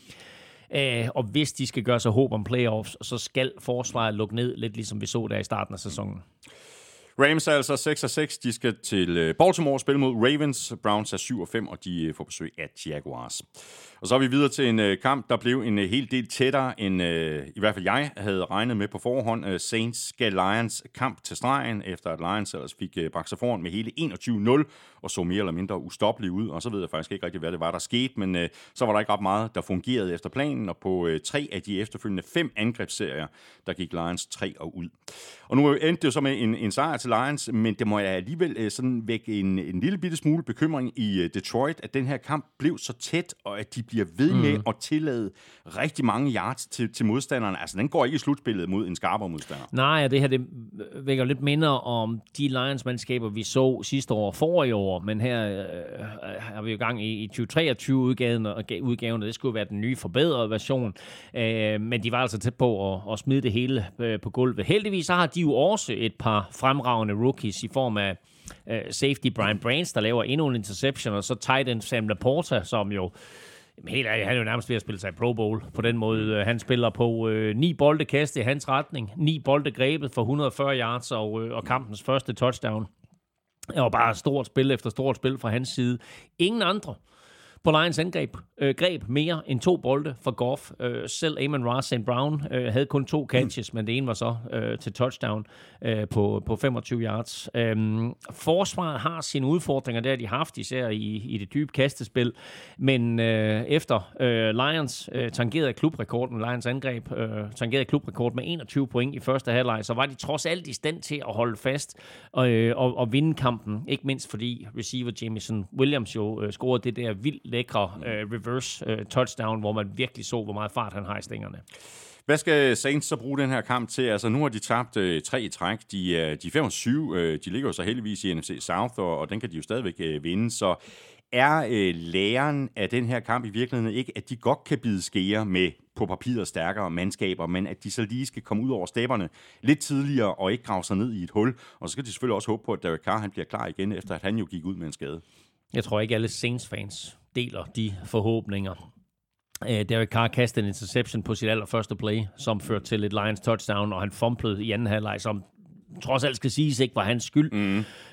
Uh, og hvis de skal gøre sig håb om playoffs, så skal forsvaret lukke ned, lidt ligesom vi så der i starten af sæsonen. Rams er altså seks og seks. De skal til Baltimore og spille mod Ravens. Browns er syv og fem, og de får besøg af Jaguars. Og så er vi videre til en kamp, der blev en hel del tættere, end i hvert fald jeg havde regnet med på forhånd. Saints skal Lions kamp til stregen, efter at Lions ellers fik bragt sig foran med hele enogtyve nul, og så mere eller mindre ustoppeligt ud. Og så ved jeg faktisk ikke rigtig, hvad det var, der skete, men så var der ikke ret meget, der fungerede efter planen, og på tre af de efterfølgende fem angrebsserier, der gik Lions tre og ud. Og nu endte det jo så med en, en sejr til Lions, men det må jeg alligevel sådan vække en, en lille bitte smule bekymring i Detroit, at den her kamp blev så tæt, og at de bliver ved med mm. at tillade rigtig mange yards til, til modstanderne. Altså, den går ikke i slutspillet mod en skarpere modstander. Nej, det her det vækker lidt mindre om de Lions-mandskaber, vi så sidste år og forrige år, men her øh, er vi jo i gang i, i tyve treogtyve-udgaven, og udgaven, og det skulle være den nye forbedrede version. Øh, men de var altså tæt på at, at smide det hele øh, på gulvet. Heldigvis så har de jo også et par fremragende rookies i form af uh, safety Brian Branch, der laver endnu en interception, og så tight end Sam Laporta, som jo helt ærligt, han er jo nærmest ved at spille sig i Pro Bowl på den måde. Han spiller på øh, ni bolde kastet i hans retning, ni bolde grebet for et hundrede og fyrre yards og, øh, og kampens første touchdown. Det var bare stort spil efter stort spil fra hans side. Ingen andre på Lions angreb øh, greb mere end to bolde for Goff. Øh, selv Amon-Ra Saint Brown øh, havde kun to catches, mm. men det ene var så øh, til touchdown øh, på, på femogtyve yards. Øh, forsvaret har sine udfordringer, der de har haft, især i, i det dybe kastespil, men øh, efter øh, Lions øh, tangerede klubrekorden, Lions angreb øh, tangerede klubrekord med enogtyve point i første halvleg, så var de trods alt i stand til at holde fast og, øh, og, og vinde kampen, ikke mindst fordi receiver Jameson Williams jo øh, scorede det der vildt lækre øh, reverse øh, touchdown, hvor man virkelig så, hvor meget fart han har i stængerne. Hvad skal Saints så bruge den her kamp til? Altså, nu har de tabt øh, tre i træk. De, øh, de er fem og syv. Øh, de ligger jo så heldigvis i N F C South, og, og den kan de jo stadigvæk øh, vinde. Så er øh, læren af den her kamp i virkeligheden ikke, at de godt kan bide skære med på papiret stærkere mandskaber, men at de så lige skal komme ud over stepperne lidt tidligere og ikke grave sig ned i et hul. Og så skal de selvfølgelig også håbe på, at Derek Carr han bliver klar igen, efter at han jo gik ud med en skade. Jeg tror ikke alle Saints-fans deler de forhåbninger. Uh, Derek Carr kastede en interception på sit allerførste play, som førte til et Lions touchdown, og han fumblede i anden halvleg, som trods alt skal siges ikke var hans skyld. Mm.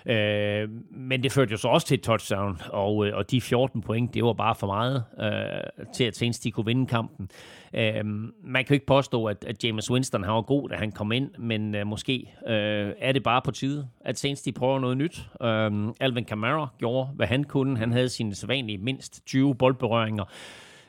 Uh, men det førte jo så også til et touchdown, og, uh, og de fjorten point, det var bare for meget uh, til, at Saints de kunne vinde kampen. Uh, man kan jo ikke påstå, at, at Jameis Winston har var god, da han kom ind, men uh, måske uh, er det bare på tide, at Saints de prøver noget nyt. Uh, Alvin Kamara gjorde, hvad han kunne. Han havde sine sædvanlige mindst tyve boldberøringer.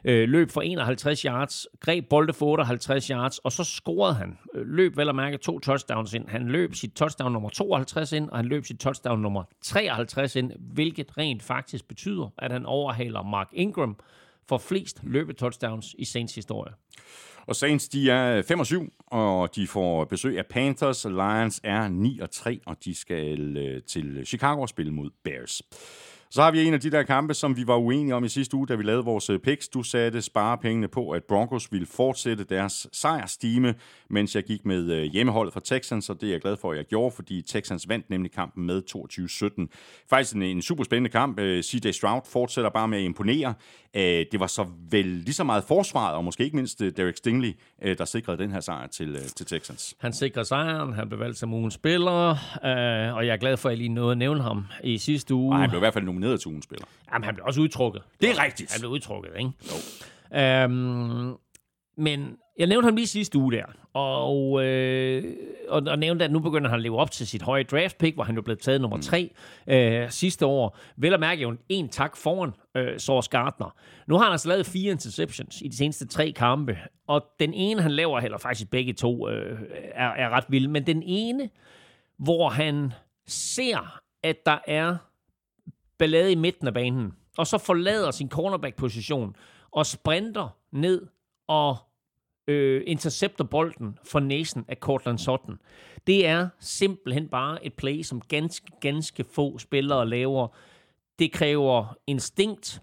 øh, løb for enoghalvtreds yards, greb bolde for otteoghalvtreds yards, og så scorede han. Løb vel at mærke to touchdowns ind. Han løb sit touchdown nummer tooghalvtreds ind, og han løb sit touchdown nummer treoghalvtreds ind, hvilket rent faktisk betyder, at han overhaler Mark Ingram for flest løbetouchdowns i Saints historie. Og Saints, de er fem og syv, og de får besøg af Panthers. Lions er ni og tre, og de skal til Chicago og spille mod Bears. Så har vi en af de der kampe, som vi var uenige om i sidste uge, da vi lavede vores picks. Du satte sparepengene på, at Broncos ville fortsætte deres sejrstime, mens jeg gik med hjemmeholdet fra Texans, og det er jeg glad for, at jeg gjorde, fordi Texans vandt nemlig kampen med toogtyve sytten. Faktisk en, en super spændende kamp. C J Stroud fortsætter bare med at imponere. Det var så vel lige så meget forsvaret, og måske ikke mindst Derek Stingley, der sikrede den her sejr til, til Texans. Han sikrede sejren, han blev valgt som ugens spiller, og jeg er glad for, at jeg lige nåede at nævne ham i sidste uge. Og han blev i hvert fald nomineret til ugens spiller. Jamen, han blev også udtrukket. Det er rigtigt. Han blev udtrukket, ikke? Jo. Øhm, men jeg nævnte ham lige sidste uge der, og, øh, og, og nævnte, at nu begynder han at leve op til sit høje draft pick, hvor han jo blev taget nummer tre mm. øh, sidste år. Vel at mærke jo en tak foran øh, Sauce Gardner. Nu har han altså lavet fire interceptions i de seneste tre kampe, og den ene, han laver, eller faktisk begge to, øh, er, er ret vild, men den ene, hvor han ser, at der er ballade i midten af banen, og så forlader sin cornerback-position og sprinter ned og øh, intercepter bolden for næsen af Courtland Sutton. Det er simpelthen bare et play, som ganske, ganske få spillere laver. Det kræver instinkt.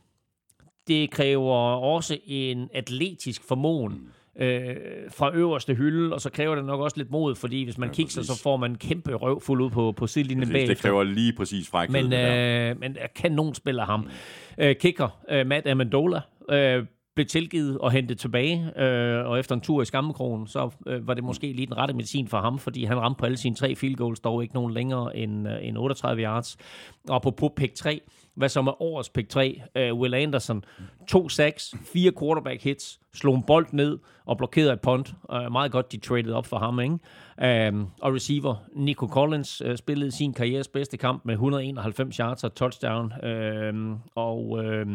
Det kræver også en atletisk formåen øh, fra øverste hylde, og så kræver det nok også lidt mod, fordi hvis man ja, kigger, så får man en kæmpe røv fuld ud på, på sidelinjen bag. Det kræver lige præcis frækhed. Men, øh, men kanon spiller ham. Mm. Øh, kicker, øh, Matt Amendola, øh, blev tilgivet og hentet tilbage, øh, og efter en tur i skammekrogen, så øh, var det måske lige den rette medicin for ham, fordi han ramte på alle sine tre field goals, dog ikke nogen længere end, øh, end otteogtredive yards. Og på, på pick tre, hvad som er årets pick tre, øh, Will Anderson, to sacks, fire quarterback hits, slog en bold ned og blokerede et punt. Øh, meget godt, de traded op for ham, ikke? Øh, og receiver Nico Collins øh, spillede sin karrieres bedste kamp med et hundrede og enoghalvfems yards og touchdown, øh, og øh,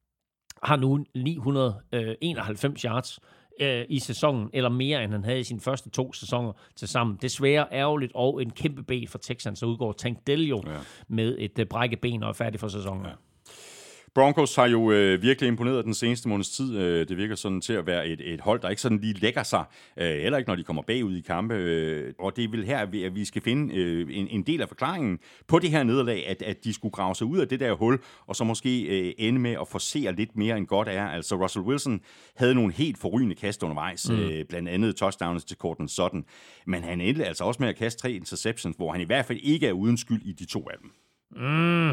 har nu ni hundrede og enoghalvfems yards øh, i sæsonen, eller mere, end han havde i sine første to sæsoner til sammen. Desværre ærgerligt, og en kæmpe ben for Texans, så udgår Tank Dell jo ja. med et øh, brækket ben og er færdig for sæsonen. Ja. Broncos har jo øh, virkelig imponeret den seneste måneds tid. Øh, det virker sådan til at være et, et hold, der ikke sådan lige lægger sig, øh, heller ikke når de kommer bagud i kampe. Øh, og det er vel her, at vi, at vi skal finde øh, en, en del af forklaringen på det her nederlag, at, at de skulle grave sig ud af det der hul, og så måske øh, ende med at forsere lidt mere end godt er. Altså Russell Wilson havde nogle helt forrygende kast undervejs, mm. øh, blandt andet touchdowns til Courtland Sutton. Men han endte altså også med at kaste tre interceptions, hvor han i hvert fald ikke er uden skyld i de to af dem. Mm.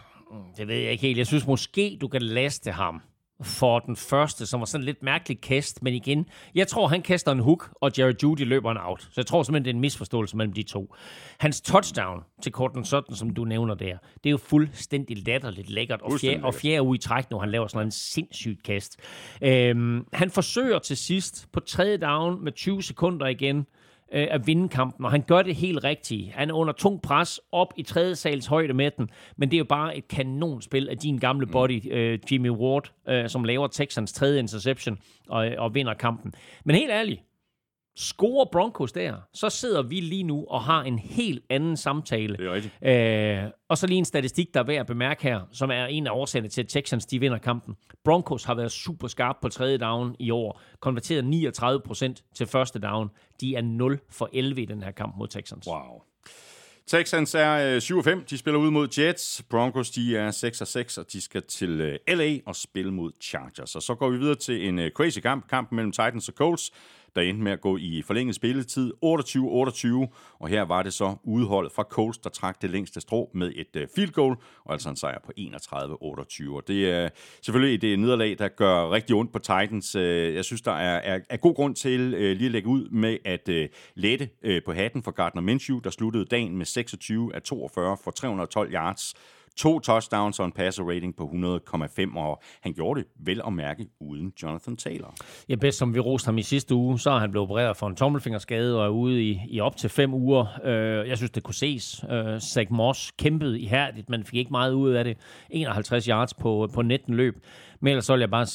Det ved jeg ikke helt. Jeg synes måske, du kan laste ham for den første, som var sådan lidt mærkelig kast, men igen, jeg tror, han kaster en hook, og Jerry Jeudy løber en out. Så jeg tror simpelthen, det er en misforståelse mellem de to. Hans touchdown til Courtland Sutton, som du nævner der, det er jo fuldstændig latterligt lækkert, og fjerde, og fjerde uge i træk, når han laver sådan en sindssygt kast. Øhm, han forsøger til sidst på tredje down med tyve sekunder igen, at vinde kampen, og han gør det helt rigtigt. Han er under tung pres op i tredje sals højde med den, men det er jo bare et kanonspil af din gamle body, øh, Jimmy Ward, øh, som laver Texans tredje interception og, og vinder kampen. Men helt ærligt, scorer Broncos der, så sidder vi lige nu og har en helt anden samtale. Det er rigtigt. Øh, og så lige en statistik, der er værd at bemærke her, som er en af årsagerne til, at Texans de vinder kampen. Broncos har været super skarp på tredje down i år, konverteret niogtredive procent til første down. De er nul for elleve i den her kamp mod Texans. Wow. Texans er syv og fem, de spiller ud mod Jets. Broncos, de er seks og seks, og de skal til L A og spille mod Chargers. Og så går vi videre til en crazy kamp, kampen mellem Titans og Colts, der endte med at gå i forlænget spilletid, otteogtyve otteogtyve, og her var det så udholdet fra Colts, der trak det længste strå med et field goal, og altså en sejr på enogtredive otteogtyve. Og det er selvfølgelig et nederlag, der gør rigtig ondt på Titans. Jeg synes, der er, er, er god grund til lige at lægge ud med at lette på hatten for Gardner Minshew, der sluttede dagen med seksogtyve af toogfyrre for tre hundrede og tolv yards. To touchdowns og en passer rating på hundrede komma fem, og han gjorde det vel at mærke uden Jonathan Taylor. Ja, bedst som vi roste ham i sidste uge, så er han blevet opereret for en tommelfingerskade og er ude i, i op til fem uger. Uh, jeg synes, det kunne ses. Uh, Zach Moss kæmpede ihærdigt, men fik ikke meget ud af det. enoghalvtreds yards på, på nitten løb. Men ellers så vil jeg bare sige,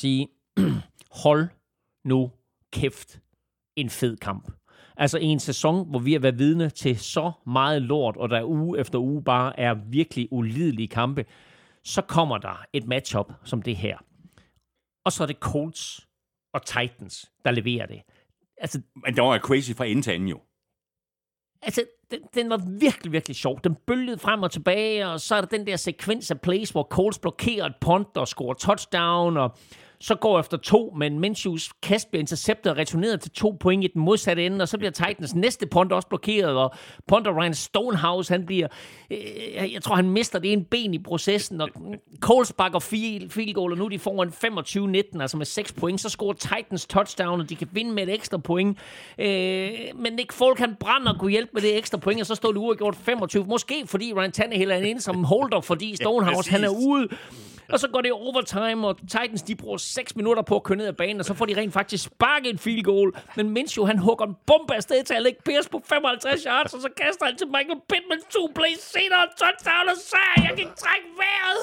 hold nu kæft en fed kamp. Altså i en sæson, hvor vi har været vidne til så meget lort, og der uge efter uge bare er virkelig ulidelige kampe, så kommer der et matchup som det her. Og så er det Colts og Titans, der leverer det. Altså, men det var crazy fra ende til anden jo. Altså, den, den var virkelig, virkelig sjov. Den bølgede frem og tilbage, og så er der den der sekvens af plays, hvor Colts blokerer et punt og scorer touchdown, og så går efter to, men Minshews kast bliver interceptet og returneret til to point i den modsatte ende, og så bliver Titans næste punt også blokeret, og punter Ryan Stonehouse, han bliver, øh, jeg tror, han mister det ene ben i processen, og Colts bakker field goal, og nu er de foran femogtyve nitten, altså med seks point, så scorer Titans touchdown, og de kan vinde med et ekstra point, øh, men Nick Folk, han brænder og kunne hjælpe med det ekstra point, og så står det uafgjort femogtyve, måske fordi Ryan Tannehill er inde som holder, fordi Stonehouse, han er ude. Og så går det overtime, og Titans, de bruger seks minutter på at køre ned ad banen, og så får de rent faktisk sparket et field goal. Men Minshew, han hugger en bombe afsted til Alec Pierce på femoghalvtreds yards, og så kaster han til Michael Pittman to plays senere, touchdown, og så jeg kan ikke trække vejret.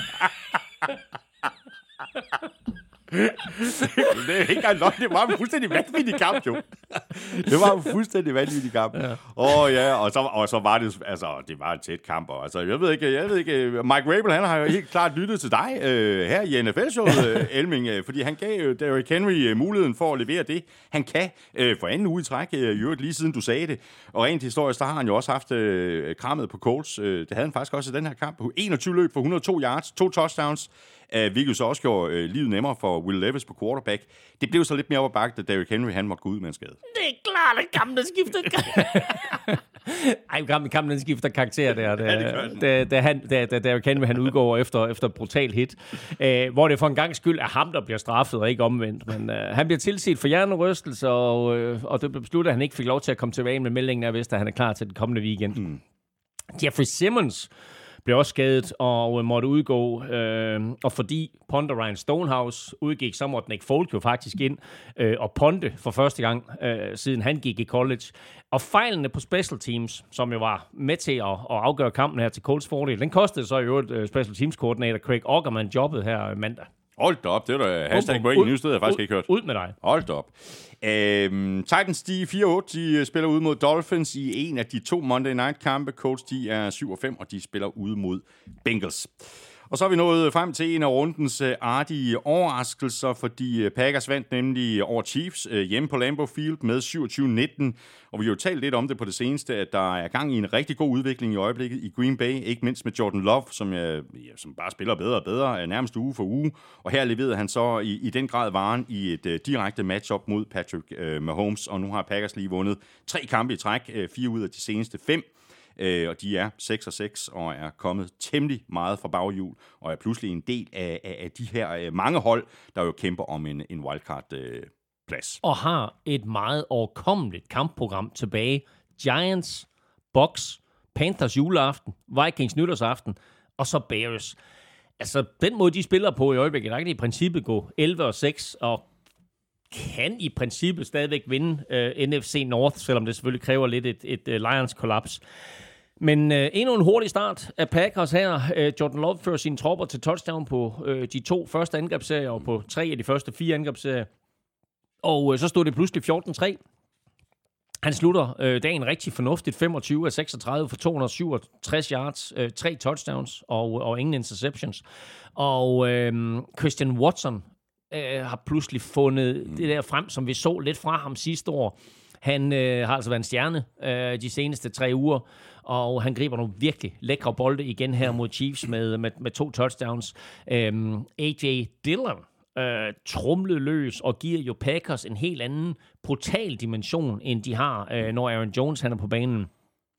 Det er ikke engang nok. Det var en fuldstændig vanvittig kamp, jo. Det var en fuldstændig vanvittig kamp. Åh ja. Oh, ja, og så, og så var det, altså, det var en tæt kamp. Og, altså, jeg ved ikke, jeg ved ikke, Mike Rabel, han har jo helt klart lyttet til dig øh, her i N F L-showet, øh, Elming, øh, fordi han gav øh, Derrick Henry øh, muligheden for at levere det, han kan øh, for anden uge i træk, øh, jo, lige siden du sagde det. Og rent historisk, der har han jo også haft øh, krammet på Colts. Øh, det havde han faktisk også i den her kamp. enogtyve løb for hundrede og to yards, to touchdowns. Uh, hvilket så også gjorde uh, livet nemmere for Will Levis på quarterback. Det blev så lidt mere op ad bakke, da Derrick Henry han måtte gå ud med en skade. Det er klart, at kampen skifter. Ej, kampen, kampen skifter karakter der. Det, ja, det da, da, han, da, da Derrick Henry han udgår efter, efter brutal hit. Uh, hvor det for en gang skyld er ham, der bliver straffet, og ikke omvendt. Men uh, han bliver tilset for hjernerystelse, og, uh, og det blev besluttet, at han ikke fik lov til at komme tilbage med meldingen af, hvis han er klar til den kommende weekend. Mm. Jeffrey Simmons blev også skadet og måtte udgå, øh, og fordi punter Ryan Stonehouse udgik, så måtte Nick Folk jo faktisk ind øh, og punte for første gang, øh, siden han gik i college. Og fejlene på special teams, som jo var med til at, at afgøre kampen her til Colts fordel, den kostede så jo et uh, special teams koordinator Craig Augerman jobbet her mandag. Hold da op, det er da hashtag breaking news, det har jeg faktisk ud, ikke hørt. Ud med dig. Hold da op. Øhm, Titans, de er fire otte, de spiller ude mod Dolphins i en af de to Monday Night-kampe. Colts, de er syv og fem, og de spiller ude mod Bengals. Og så er vi nået frem til en af rundens uh, artige overraskelser, fordi uh, Packers vandt nemlig over Chiefs uh, hjemme på Lambeau Field med syvogtyve nitten. Og vi har jo talt lidt om det på det seneste, at der er gang i en rigtig god udvikling i øjeblikket i Green Bay, ikke mindst med Jordan Love, som, uh, ja, som bare spiller bedre og bedre, uh, nærmest uge for uge. Og her leverede han så i, i den grad varen i et uh, direkte matchup mod Patrick uh, Mahomes, og nu har Packers lige vundet tre kampe i træk, uh, fire ud af de seneste fem. Øh, og de er seks og seks og er kommet temmelig meget fra baghjul, og er pludselig en del af, af, af de her øh, mange hold, der jo kæmper om en, en wildcard-plads. Øh, og har et meget overkommeligt kampprogram tilbage. Giants, Bucks, Panthers juleaften, Vikings nytårsaften, og så Bears. Altså, den måde, de spiller på i øjeblikket, der kan de i princippet gå elleve og seks, og kan i princippet stadigvæk vinde uh, N F C North, selvom det selvfølgelig kræver lidt et, et uh, Lions-kollaps. Men uh, endnu en hurtig start af Packers her. Uh, Jordan Love fører sine tropper til touchdown på uh, de to første angrebsserier, og på tre af de første fire angrebsserier. Og uh, så stod det pludselig fjorten tre. Han slutter uh, dagen rigtig fornuftigt. femogtyve af seksogtredive for to hundrede og syvogtres yards, uh, tre touchdowns og, og ingen interceptions. Og uh, Christian Watson uh, har pludselig fundet mm. det der frem, som vi så lidt fra ham sidste år. Han øh, har altså været en stjerne øh, de seneste tre uger, og han griber nogle virkelig lækre bolde igen her mod Chiefs med, med, med to touchdowns. Øhm, A J Dillon øh, trumlede løs og giver jo Packers en helt anden brutal dimension, end de har, øh, når Aaron Jones han er på banen.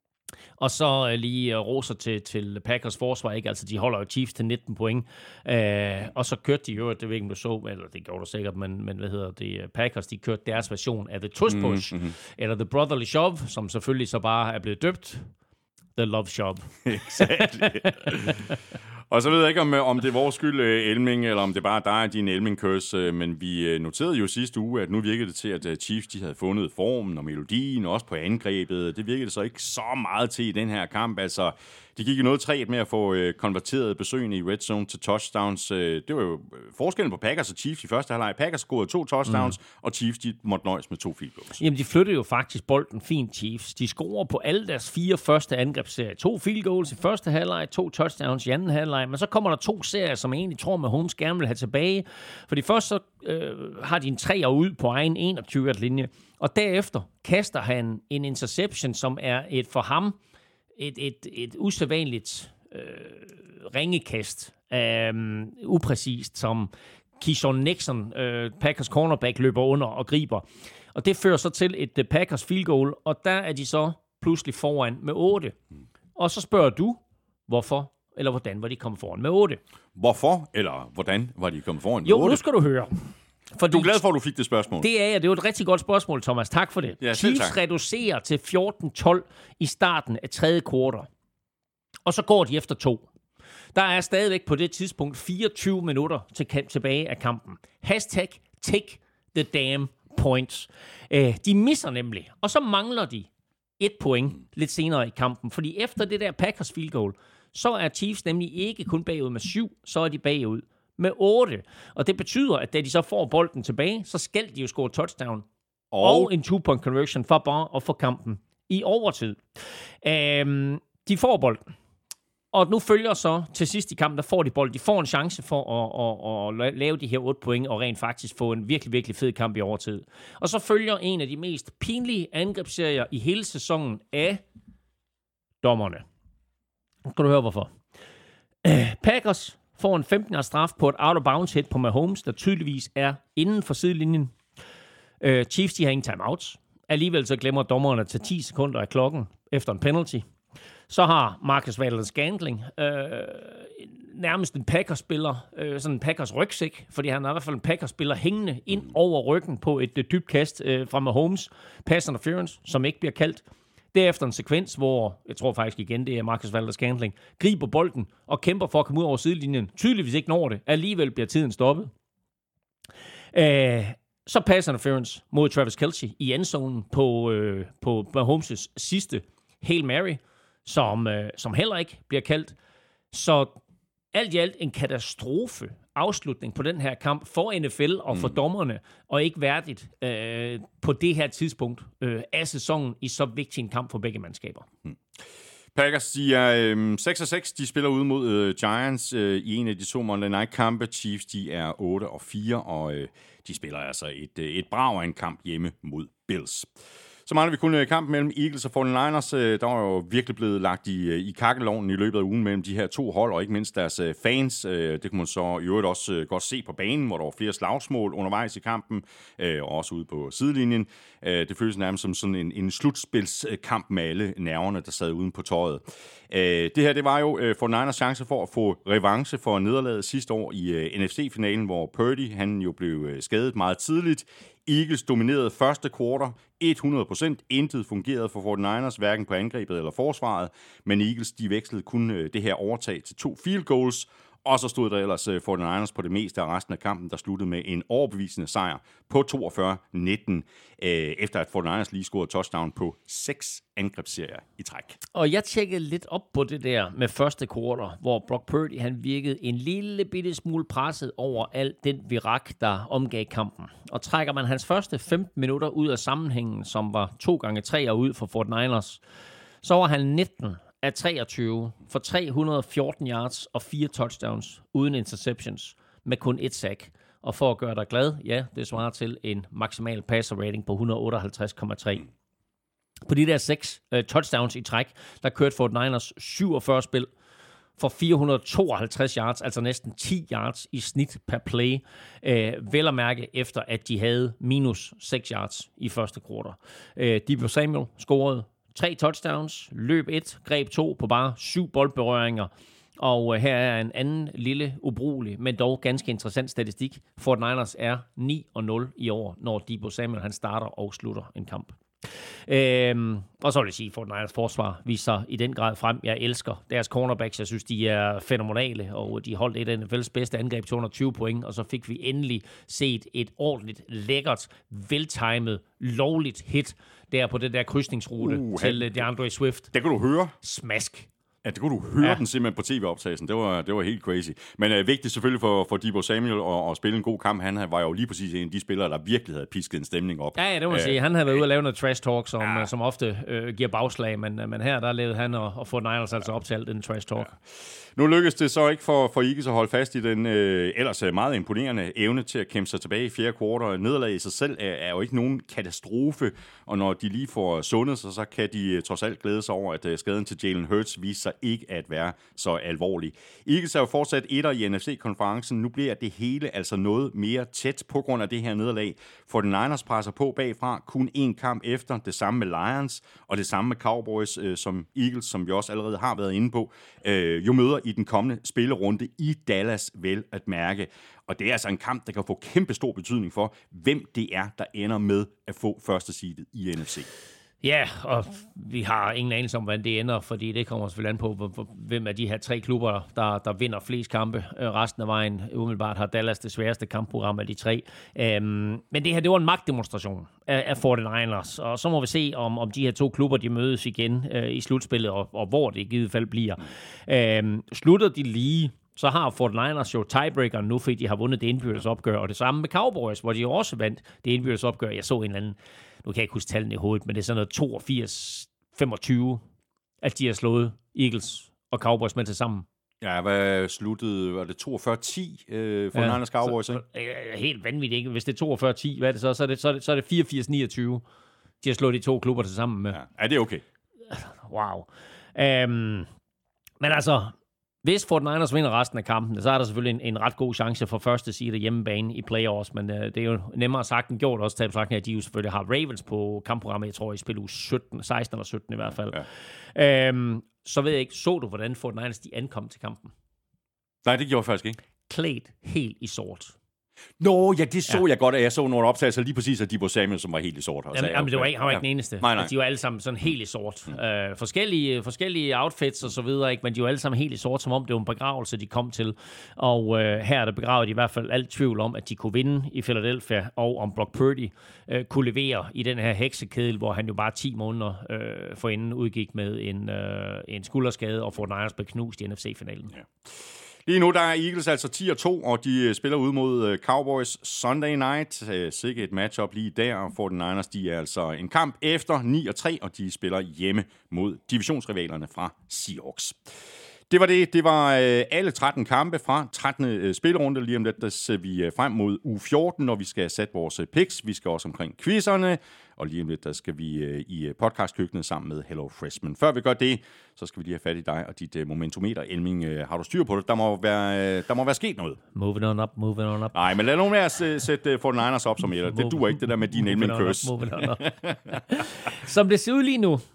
Og så øh, lige øh, roser til, til Packers forsvar, ikke? Altså, de holder jo Chiefs til nitten point. Øh, og så kørte de jo, det ved ikke, du så, eller det gjorde du sikkert, men, men hvad hedder det, Packers, de kørte deres version af The Tush Push, mm-hmm. eller The Brotherly Shove, som selvfølgelig så bare er blevet døbt The Love Shove. Og så ved jeg ikke, om, om det er vores skyld, Elming, eller om det bare dig og din Elming-curse, men vi noterede jo sidste uge, at nu virkede det til, at Chiefs de havde fundet formen og melodien, også på angrebet. Det virkede så ikke så meget til i den her kamp. Altså, De gik jo noget træt med at få øh, konverteret besøgende i red zone til touchdowns. Øh, det var jo forskellen på Packers og Chiefs i første halvleg. Packers scorede to touchdowns, mm. og Chiefs de måtte nøjes med to field goals. Jamen, de flyttede jo faktisk bolden fint, Chiefs. De scorer på alle deres fire første angrebsserier. To field goals i første halvleg, to touchdowns i anden halvleg, men så kommer der to serier, som jeg egentlig tror, Mahomes gerne vil have tilbage. Fordi først så øh, har de en treer ud på egen enogtyve-linje, og derefter kaster han en interception, som er et for ham et, et, et usædvanligt øh, ringekast, øh, upræcist, som Keyshawn Nixon, øh, Packers cornerback, løber under og griber. Og det fører så til et uh, Packers field goal, og der er de så pludselig foran med otte. Og så spørger du, hvorfor eller hvordan var de kommet foran med otte? Hvorfor eller hvordan var de kommet foran med jo, otte? Jo, nu skal du høre. For du er glad for, at du fik det spørgsmål. Det er jeg. Det var et rigtig godt spørgsmål, Thomas. Tak for det. Ja, Chiefs reducerer til fjorten tolv i starten af tredje kvartal. Og så går de efter to. Der er stadigvæk på det tidspunkt fireogtyve minutter til kamp tilbage af kampen. Hashtag take the damn points. Uh, de misser nemlig, og så mangler de et point lidt senere i kampen. Fordi efter det der Packers field goal, så er Chiefs nemlig ikke kun bagud med syv, så er de bagud med otte. Og det betyder, at da de så får bolden tilbage, så skal de jo score touchdown og, og en two-point conversion for bare at få kampen i overtid. Um, de får bolden. Og nu følger så til sidst i kampen, der får de bolden. De får en chance for at, at, at lave de her otte point og rent faktisk få en virkelig, virkelig fed kamp i overtid. Og så følger en af de mest pinlige angrebsserier i hele sæsonen af dommerne. Nu skal du høre, hvorfor. Packers får en femten-yard straf på et out-of-bounds hit på Mahomes, der tydeligvis er inden for sidelinjen. Uh, Chiefs, de har ingen timeouts. Alligevel så glemmer dommerne at tage ti sekunder af klokken efter en penalty. Så har Marcus Valdes-Scantling øh, nærmest en Packers-spiller, øh, sådan en Packers-rygsæk, fordi han er i hvert fald en Packers-spiller hængende ind over ryggen på et øh, dybt kast øh, fra Mahomes. Pass interference, som ikke bliver kaldt. Derefter en sekvens, hvor, jeg tror faktisk igen, det er Marcus Valdes-Scantling, griber bolden og kæmper for at komme ud over sidelinjen. Tydeligvis ikke når det. Alligevel bliver tiden stoppet. Øh, så pass interference mod Travis Kelce i endzonen på, øh, på Mahomes' sidste Hail Mary, som, øh, som heller ikke bliver kaldt. Så alt i alt en katastrofe afslutning på den her kamp for N F L og for mm. dommerne, og ikke værdigt øh, på det her tidspunkt øh, af sæsonen i så vigtig en kamp for begge mandskaber. Mm. Packers, de er øh, seks og seks. De spiller ud mod øh, Giants øh, i en af de to Monday Night-kampe. Chiefs, de er otte og fire, og øh, de spiller altså et, øh, et brag af en kamp hjemme mod Bills. Så mangler vi kun kampen mellem Eagles og forty-niners. Der var jo virkelig blevet lagt i, i kakkelovnen i løbet af ugen mellem de her to hold, og ikke mindst deres fans. Det kunne man så i øvrigt også godt se på banen, hvor der var flere slagsmål undervejs i kampen, og også ude på sidelinjen. Det føles nærmest som sådan en, en slutspilskamp med alle nerverne, der sad uden på tøjet. Det her, det var jo forty-niners chance for at få revanche for nederlaget sidste år i N F C-finalen, hvor Purdy, han jo blev skadet meget tidligt. Eagles dominerede første kvartal hundrede procent. Intet fungerede for forty-niners, hverken på angrebet eller forsvaret. Men Eagles, de vekslede kun det her overtag til to field goals. Og så stod der ellers forty-niners på det meste af resten af kampen, der sluttede med en overbevisende sejr på toogfyrre nitten, efter at forty-niners lige scorede touchdown på seks angrebsserier i træk. Og jeg tjekkede lidt op på det der med første kvartal, hvor Brock Purdy han virkede en lille bitte smule presset over al den virak, der omgav kampen. Og trækker man hans første femten minutter ud af sammenhængen, som var to gange tre ud for forty-niners, så var han nitten af treogtyve for tre hundrede og fjorten yards og fire touchdowns uden interceptions med kun et sack. Og for at gøre dig glad, ja, det svarer til en maksimal passer rating på et hundrede og otteoghalvtreds komma tre. På de der seks uh, touchdowns i træk, der kørte forty-niners syvogfyrre spil for fire hundrede og tooghalvtreds yards, altså næsten ti yards i snit per play. Uh, vel at mærke efter, at de havde minus seks yards i første kvartal. Uh, Deebo Samuel scorede tre touchdowns, løb et, greb to på bare syv boldberøringer. Og her er en anden lille, ubrugelig, men dog ganske interessant statistik. forty-niners er ni og nul i år, når Deebo Samuel han starter og slutter en kamp. Øhm, og så vil jeg sige, at forty-niners forsvar viser i den grad frem. Jeg elsker deres cornerbacks. Jeg synes, de er fænomenale, og de holdt et af N F L's bedste angreb til under tyve point, og så fik vi endelig set et ordentligt, lækkert, veltimet, lovligt hit der på den der krydsningsrute uh, til DeAndre Swift. Det kan du høre. Smask. Ja, det kunne du høre Ja. den simpelthen på tv-optagelsen. Det var, det var helt crazy. Men øh, vigtigt selvfølgelig for, for Deebo Samuel at, at spille en god kamp. Han var jo lige præcis en af de spillere, der virkelig havde pisket en stemning op. Ja, ja, det må man Æh, sige. Han havde været ude og lave noget trash talk, som, ja. som ofte øh, giver bagslag, men, men her der levede han og, og Fort Niners altså op til alt den trash talk. Ja. Nu lykkedes det så ikke for, for Eagles at holde fast i den øh, ellers meget imponerende evne til at kæmpe sig tilbage i fjerde kvartal. Nederlag i sig selv er, er jo ikke nogen katastrofe, og når de lige får sundet sig, så kan de øh, trods alt glæde sig over, at øh, skaden til Jalen Hurts viser sig ikke at være så alvorlig. Eagles er jo fortsat etter i N F C-konferencen. Nu bliver det hele altså noget mere tæt på grund af det her nederlag. For den Niners presser på bagfra, kun én kamp efter. Det samme med Lions, og det samme med Cowboys, øh, som Eagles, som vi også allerede har været inde på, øh, jo møder i den kommende spillerunde i Dallas, vel at mærke. Og det er altså en kamp, der kan få kæmpe stor betydning for, hvem det er, der ender med at få første seedet i N F C. Ja, og vi har ingen anelse om, hvordan det ender, fordi det kommer selvfølgelig an på, hvem af de her tre klubber, der, der vinder flest kampe resten af vejen. Umiddelbart har Dallas det sværeste kampprogram af de tre. Øhm, men det her, det var en magtdemonstration af, af forty-niners, og så må vi se, om, om de her to klubber, de mødes igen øh, i slutspillet, og, og hvor det i givet fald bliver. Øhm, slutter de lige, så har forty-niners jo tiebreaker nu, fordi de har vundet det indbyrdes opgør, og det samme med Cowboys, hvor de jo også vandt det indbyrdes opgør. Jeg så en eller anden, nu kan jeg ikke huske tallene i hovedet, men det er sådan noget toogfirs femogtyve, at de har slået Eagles og Cowboys med til sammen. Ja, hvad sluttede, var det toogfyrre ti øh, for ja, Niners Cowboys, så, ikke? Så, helt vanvittigt, ikke? Hvis det er toogfyrre ti, hvad er det så? Så er det, så er det, så er det fireogfirs niogtyve, de har slået de to klubber til sammen med. Ja, er det okay? Wow. Um, men altså, hvis forty-niners vinder resten af kampen, så er der selvfølgelig en, en ret god chance for første seed af hjemmebane i playoffs, men uh, det er jo nemmere sagt end gjort, også til at at de jo selvfølgelig har Ravens på kampprogrammet, jeg tror i spil uge sytten, seksten eller sytten i hvert fald. Ja. Um, så ved jeg ikke, så du, hvordan forty-niners de ankom til kampen? Nej, det gjorde jeg faktisk ikke. Klædt helt i sort. Nå, ja, det så ja. jeg godt, at jeg så nogle optagelser lige præcis af Deebo Samuel, som var helt i sort. Jamen, jamen, det var ikke, han var ikke ja. den eneste. Nej, nej. Altså, de var alle sammen sådan helt i sort. Mm. Øh, forskellige, forskellige outfits og så videre, ikke? Men de var alle sammen helt i sort, som om det var en begravelse, de kom til. Og øh, her er der begravet i hvert fald alt tvivl om, at de kunne vinde i Philadelphia, og om Brock Purdy øh, kunne levere i den her heksekedel, hvor han jo bare ti måneder øh, forinden udgik med en, øh, en skulderskade, og forty-niners blev knust i N F C-finalen. Ja. Lige nu der er Eagles altså ti og to, og de spiller ud mod Cowboys Sunday night. Sikke et matchup lige der, og forty-niners de er altså en kamp efter ni og tre, og de spiller hjemme mod divisionsrivalerne fra Seahawks. Det var det. Det var alle tretten kampe fra trettende spillerunde. Lige om lidt, der ser vi frem mod uge fjorten, når vi skal have sat vores picks. Vi skal også omkring quizzerne, og lige om lidt, der skal vi i podcastkøkkenet sammen med Hello Fresh. Men før vi gør det, så skal vi lige have fat i dig og dit momentometer. Elming, har du styr på det? Der må være, der må være sket noget. Moving on up, moving on up. Nej, men lad nu med at sætte forty-niners op som etter. Det duer ikke, det der med din Elming curse. Moving on up, moving on up. Som det ser ud lige nu,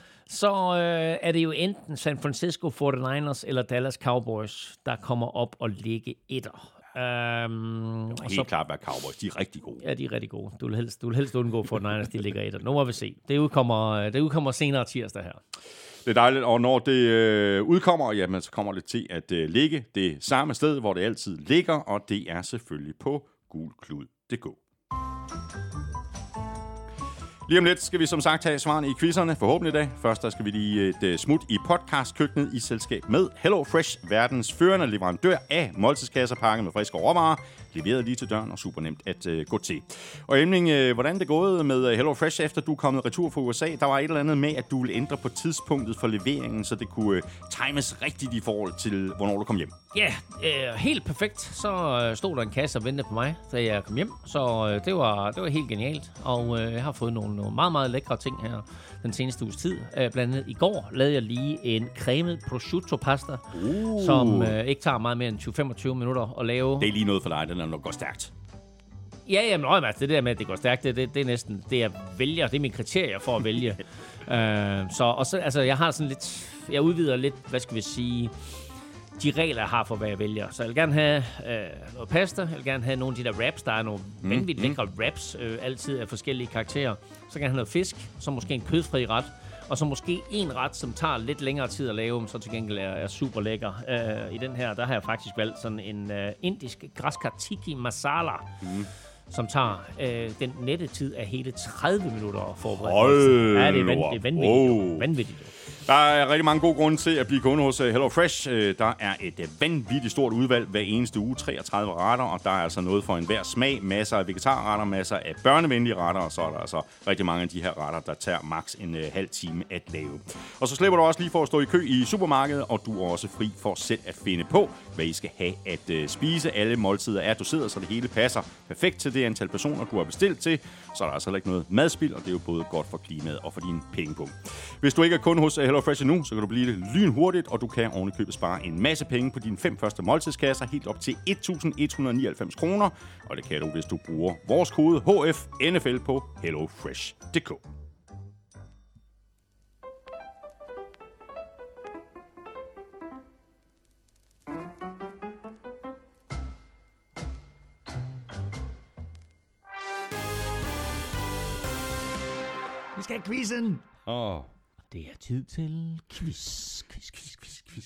så øh, er det jo enten San Francisco forty-niners eller Dallas Cowboys, der kommer op og ligge etter. Um, det helt så, klart være Cowboys. De er rigtig gode. Ja, de er rigtig gode. Du vil helst, du vil helst undgå forty-niners, de ligger etter. Nu må vi se. Det udkommer, det udkommer senere tirsdag her. Det er dejligt, og når det øh, udkommer, jamen, så kommer det til at øh, ligge det samme sted, hvor det altid ligger, og det er selvfølgelig på gulklud punktum d k. Lige om lidt skal vi som sagt have svarene i quizzerne, forhåbentlig i dag. Først der skal vi lige et smut i podcastkøkkenet i selskab med Hello Fresh, verdens førende leverandør af måltidskasser pakket med friske råvarer. Leveret lige til døren og super nemt at uh, gå til. Og Emling, uh, hvordan det gået med Hello Fresh, efter du er kommet retur fra U S A? Der var et eller andet med, at du ville ændre på tidspunktet for leveringen, så det kunne uh, times rigtigt i forhold til, hvornår du kom hjem. Ja, øh, helt perfekt. Så øh, stod der en kasse og ventede på mig, da jeg kom hjem. Så øh, det, var, det var helt genialt. Og øh, jeg har fået nogle, nogle meget, meget lækre ting her den seneste uges tid. Øh, blandt andet i går lavede jeg lige en cremet prosciutto pasta, uh. som øh, ikke tager meget mere end tyve til femogtyve minutter at lave. Det er lige noget for dig, den er nok går stærkt. Ja, jamen, øj, altså, det der med, at det går stærkt, det, det, det er næsten det, jeg vælger. Det er mine kriterier for at vælge. øh, så, og så, altså, jeg har sådan lidt, jeg udvider lidt, hvad skal vi sige, de regler, jeg har for, hvad jeg vælger. Så jeg vil gerne have øh, noget pasta, jeg vil gerne have nogle af de der wraps, der er nogle mm, vanvittigt mm. lækre wraps, øh, altid af forskellige karakterer. Så kan jeg have noget fisk, så måske en kødfri ret, og så måske en ret, som tager lidt længere tid at lave, så til gengæld er, er super lækker. Øh, I den her, der har jeg faktisk valgt sådan en øh, indisk græskar tikka masala, mm. som tager øh, den nette tid af hele tredive minutter at forberede. Hold ja, det er vanvittigt. vanvittigt, oh. vanvittigt. Der er rigtig mange gode grunde til at blive kunde hos HelloFresh. Der er et vanvittigt stort udvalg hver eneste uge, treogtredive retter, og der er altså noget for enhver smag. Masser af vegetarretter, masser af børnevenlige retter, og så er der altså rigtig mange af de her retter, der tager maks en uh, halv time at lave. Og så slipper du også lige for at stå i kø i supermarkedet, og du er også fri for selv at finde på, hvad I skal have at uh, spise. Alle måltider er doseret, så det hele passer perfekt til det antal personer, du har bestilt til. Så er der altså heller ikke noget madspild, og det er jo både godt for klimaet og for din pengepunkt. Hvis du ikke er kunde hos HelloFresh endnu, så kan du blive det lynhurtigt, og du kan ovenikøbet spare en masse penge på dine fem første måltidskasser, helt op til et tusind et hundrede nioghalvfems kroner. Og det kan du, hvis du bruger vores kode H F N F L på hellofresh punktum d k. Vi skal have quizzen. Åh. Oh. Det er tid til quiz, quiz, quiz, quiz, quiz.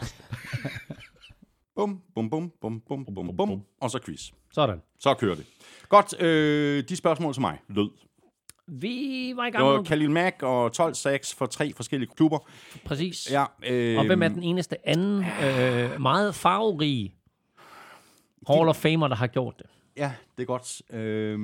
Bum, bum, bum, bum, bum, bum, bum, og så quiz. Sådan. Så kører det. Godt, øh, de spørgsmål til mig lød. Vi var i Det gang var med... Khalil Mack og tolv sacks for tre forskellige klubber. Præcis. Ja, øh, Og hvem er den eneste anden øh, meget farverige Hall of Famer, der har gjort det? Ja, det er godt. Øh,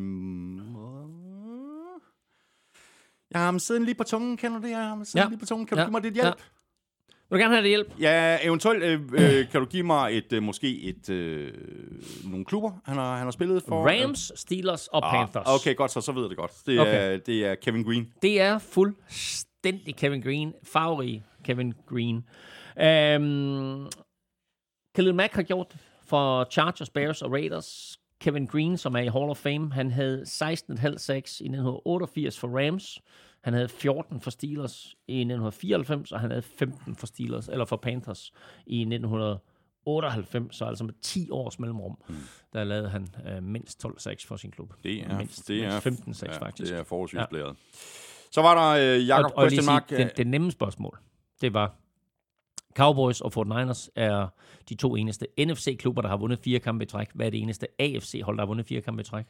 jeg har ham siddende lige på tungen, kender du det? Jeg har ham siddende Ja. lige på tungen. Kan du Ja. give mig lidt hjælp? Ja. Vil du gerne have det hjælp? Ja, eventuelt øh, øh, kan du give mig et øh, måske et øh, nogle klubber, han har, han har spillet for? Rams, Steelers og Panthers. Ah, okay, godt, så, så ved jeg det godt. Det er, Okay. det er Kevin Green. Det er fuldstændig Kevin Green. Farverig Kevin Green. Øhm, Khalil Mack har gjort det for Chargers, Bears og Raiders. Kevin Green, som er i Hall of Fame, han havde seksten komma fem sacks i nitten otteogfirs for Rams. Han havde fjorten for Steelers i nitten fireoghalvfems, og han havde femten for Steelers, eller for Panthers i nitten otteoghalvfems, så altså med ti års mellemrum, mm. der lavede han øh, mindst tolv sacks for sin klub. Det er, mindst, det er mindst femten sacks, ja, faktisk. det er forholdsvis Ja. blæret. Så var der øh, Jakob og, og lige Christian sige, Mark. det, det nemme spørgsmål, det var, Cowboys og forty-niners er de to eneste N F C-klubber, der har vundet fire kampe i træk. Hvad er det eneste A F C-hold, der har vundet fire kampe i træk?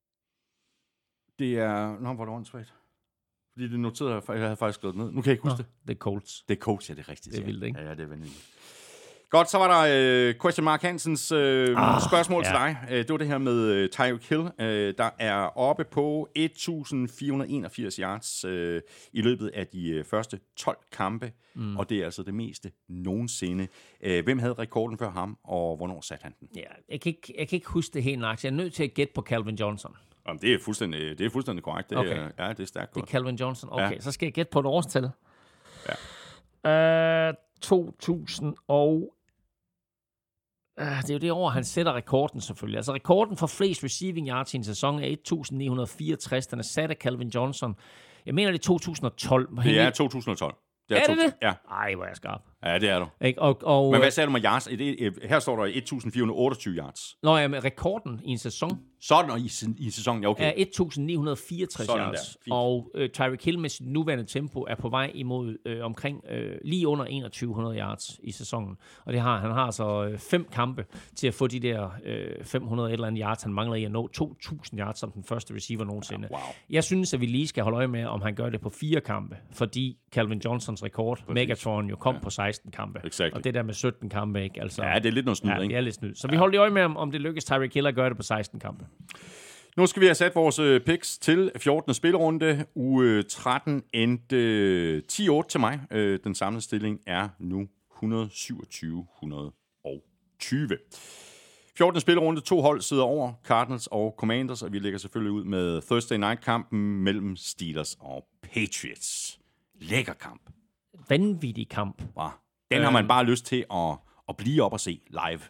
Det er... Nå, hvor er det åndssvagt. Fordi det noterede jeg, jeg havde faktisk skrevet det ned. Nu kan jeg ikke huske Nå, det. det er Colts. Det er coach, ja, det er rigtigt. Det er vildt, ikke? Ja, ja, det er vanvittigt. Godt, så var der øh, Question Mark Hansens øh, Ah, spørgsmål ja. til dig. Øh, det var det her med øh, Tyreek Hill, øh, der er oppe på et tusind fire hundrede enogfirs yards øh, i løbet af de øh, første tolv kampe, mm. og det er altså det meste nogensinde. Øh, hvem havde rekorden før ham, og hvornår satte han den? Ja, jeg, kan ikke, jeg kan ikke huske det helt nøjagtigt. Jeg er nødt til at gætte på Calvin Johnson. Jamen, det er fuldstændig, det er fuldstændig korrekt. Det Okay. er, ja, det er stærkt Det er godt. Calvin Johnson. Okay, Ja. så skal jeg gætte på et årstal. Ja. Uh, to tusind og... Uh, det er jo det år, han sætter rekorden selvfølgelig. Altså rekorden for flest receiving yards i en sæson er et tusind ni hundrede fireogtres. Den er sat af Calvin Johnson. Jeg mener, det er to tusind og tolv. Det er to tusind og tolv. Er det to- det? Ja. Ej, hvor er jeg skarp. Ja, det er du. Ikke? Og, og, Men hvad sagde du med yards? Det, øh, her står der et tusind fire hundrede otteogtyve yards. Nå ja, men rekorden i en sæson Sådan og i, i sæsonen, ja, okay. er et tusind ni hundrede fireogtres Sådan yards. der. Fint. Og øh, Tyreek Hill med sit nuværende tempo er på vej imod øh, omkring øh, lige under enogtyve hundrede yards i sæsonen. Og det har han har altså øh, fem kampe til at få de der øh, fem hundrede et eller andet yards. Han mangler i at nå to tusind yards som den første receiver nogensinde. Ja, wow. Jeg synes, at vi lige skal holde øje med, om han gør det på fire kampe, fordi Calvin Johnsons rekord, Præcis. Megatron, jo kom ja. på seksten kampe. Exactly. Og det der med sytten kampe, ikke? Altså, Ja, det er lidt noget snyd, ja, ikke? det er lidt snyd. Så vi holder lige øje med, om, om det lykkes Tyreek Hill at gøre det på seksten kampe. Nu skal vi have sat vores øh, picks til fjortende spillerunde. Uge tretten endte ti otte til mig. Øh, den samlede stilling er nu et hundrede og syvogtyve til et hundrede og tyve. fjortende spillerunde, to hold sidder over, Cardinals og Commanders, og vi lægger selvfølgelig ud med Thursday Night-kampen mellem Steelers og Patriots. Lækker kamp. Vanvittig kamp. Wow. Den har man bare lyst til at, at blive op og se live.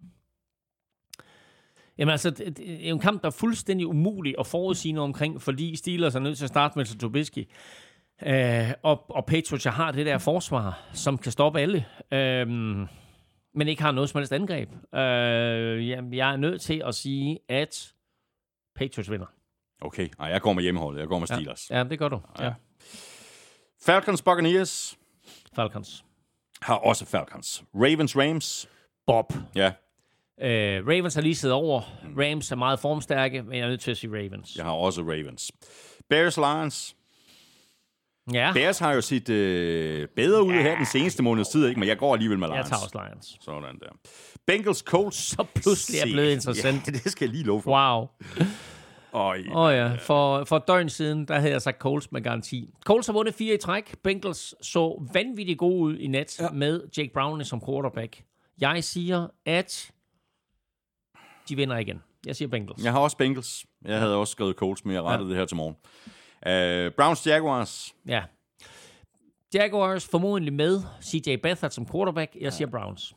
Jamen altså, det det er jo en kamp, der er fuldstændig umulig at forudsige noget omkring, fordi Steelers er nødt til at starte med Trubisky. Øh, og, og Patriots har det der forsvar, som kan stoppe alle, øh, men ikke har noget som helst angreb. Øh, jamen, jeg er nødt til at sige, at Patriots vinder. Okay, og jeg går med hjemmeholdet. Jeg går med Steelers. Ja, ja det gør du. Ja. Ja. Falcons Buccaneers Falcons. har også Falcons. Ravens Rams. Bob. Ja, Øh, Ravens har lige siddet over. Rams er meget formstærke, men jeg er nødt til at sige Ravens. jeg har også Ravens. Bears Lions. Ja. Bears har jo set øh, bedre ud ja. her den seneste måneds tid, ikke? Men jeg går alligevel med Lions. Jeg tager også Lions. Sådan der. Bengals Colts. Så pludselig er blevet interessant. Ja, det skal jeg lige love for. Wow. Åh oh, oh, ja, for, for et døgn siden, der havde jeg sagt Colts med garanti. Colts har vundet fire i træk. Bengals så vanvittigt gode ud i nat ja. med Jake Browning som quarterback. Jeg siger, at de vinder igen. Jeg siger Bengals. Jeg har også Bengals. Jeg havde også skrevet Colts, men jeg rettede ja. det her til morgen. Uh, Browns Jaguars. Ja. Jaguars formodentlig med C J Beathard som quarterback. Jeg siger Browns.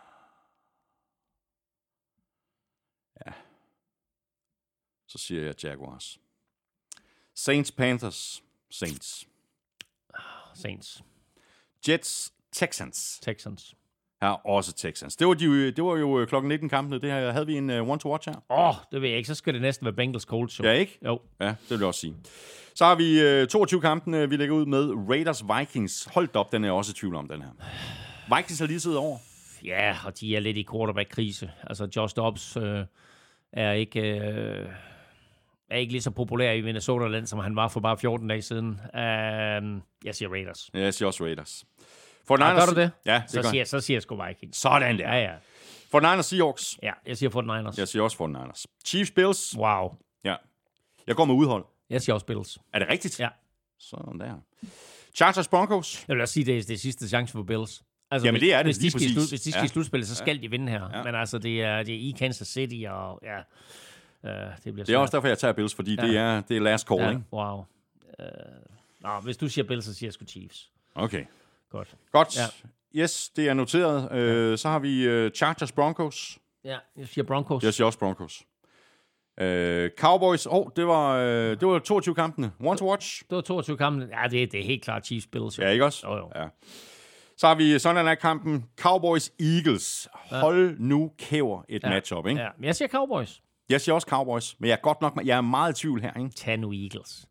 Ja. Så siger jeg Jaguars. Saints Panthers. Saints. Saints. Jets Texans. Texans. Ja, også Texans. Det var, de, det var jo klokken nitten kampene. Det her havde vi en uh, one to watch her. Åh, oh, det ved jeg ikke. Så skal det næsten være Bengals Colts. Ja, ikke? Jo. Ja, det vil jeg også sige. Så har vi uh, toogtyve kampene, vi lægger ud med Raiders Vikings. Hold op, den er jeg også i tvivl om, den her. Vikings har lige siddet over. Ja, og de er lidt i quarterback-krise. Altså, Josh Dobbs øh, er ikke... Øh, er ikke lige så populær i Minnesota-land, som han var for bare fjorten dage siden. Uh, jeg siger Raiders. Ja, jeg siger også Raiders. For ah, gør du det? Ja, det så, siger, så siger jeg sgu Vikings. Sådan der. Ja, ja. forty-niners Seahawks. Ja, jeg siger forty-niners. Jeg siger også forty-niners. Chiefs Bills. Wow. Ja. Jeg går med udhold. Jeg siger også Bills. Er det rigtigt? Ja. Sådan der. Chargers Broncos. Jeg vil også sige, det er det sidste chance for Bills. Altså, Jamen det er det, hvis de skal, slut, hvis de skal ja. i slutspillet, så skal ja. de vinde her. Ja. Men altså, det er, det er i Kansas City, og ja, uh, det bliver Det er også derfor, jeg tager Bills, fordi ja. det, er, det er last call, ja. ikke? Wow. Uh, nå, hvis du siger Bills, så siger jeg sgu Chiefs. Okay. Godt. Godt. Ja. Yes, det er noteret. Ja. Uh, så har vi uh, Chargers Broncos. Ja, jeg siger Broncos. Jeg siger også Broncos. Uh, Cowboys. Åh, oh, det var, uh, det var toogtyve kampene. One to watch. Det var toogtyve kampene. Ja, det, det er helt klart Chiefs Bills. Ja, ikke også? Jo, jo. Ja. Så har vi sådan en kampen. Cowboys Eagles. Hold nu kæver et ja. matchup, ikke? Ja, men jeg siger Cowboys. Jeg siger også Cowboys, men jeg er godt nok, jeg er meget i tvivl her, ikke? Tag nu Eagles.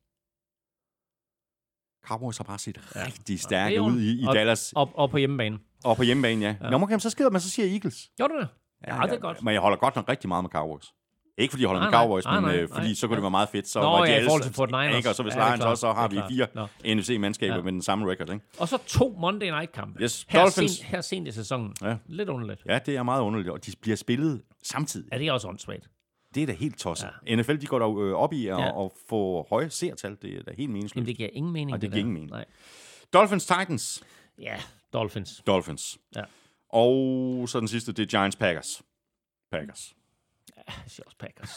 Cowboys har bare set ja. rigtig stærke ud i, i og, Dallas. Og, og på hjemmebane. Og på hjemmebane, ja. ja. Nå, okay, så skider man, så siger Eagles. Gør du det? Ja, ja, det er godt. Men jeg holder godt nok rigtig meget med Cowboys. Ikke fordi jeg holder nej, med Cowboys, nej, men nej, øh, fordi nej, så kunne det være meget fedt. Så Nå, var de ja, alle, i forhold til forty-niners. Ikke? Og så hvis ja, Lions også, så har vi fire Nå. N F C-mandskaber ja. med den samme record, ikke? Og så to Monday Night-kampe. Yes. Her, Dolphins. Sent, her sent i sæsonen. Ja. Lidt underligt. Ja, det er meget underligt. Og de bliver spillet samtidig. Ja, det er også åndssvagt. Det er da helt tosset. Ja. N F L, de går da øh, op i at, ja. at få høje seertal. Det er da helt meningsløst. Jamen, det giver ingen mening. Og det, det giver ingen mening. Nej. Dolphins Titans. Ja, Dolphins. Dolphins. Ja. Og så den sidste, det er Giants Packers. Packers. Jeg siger også Packers.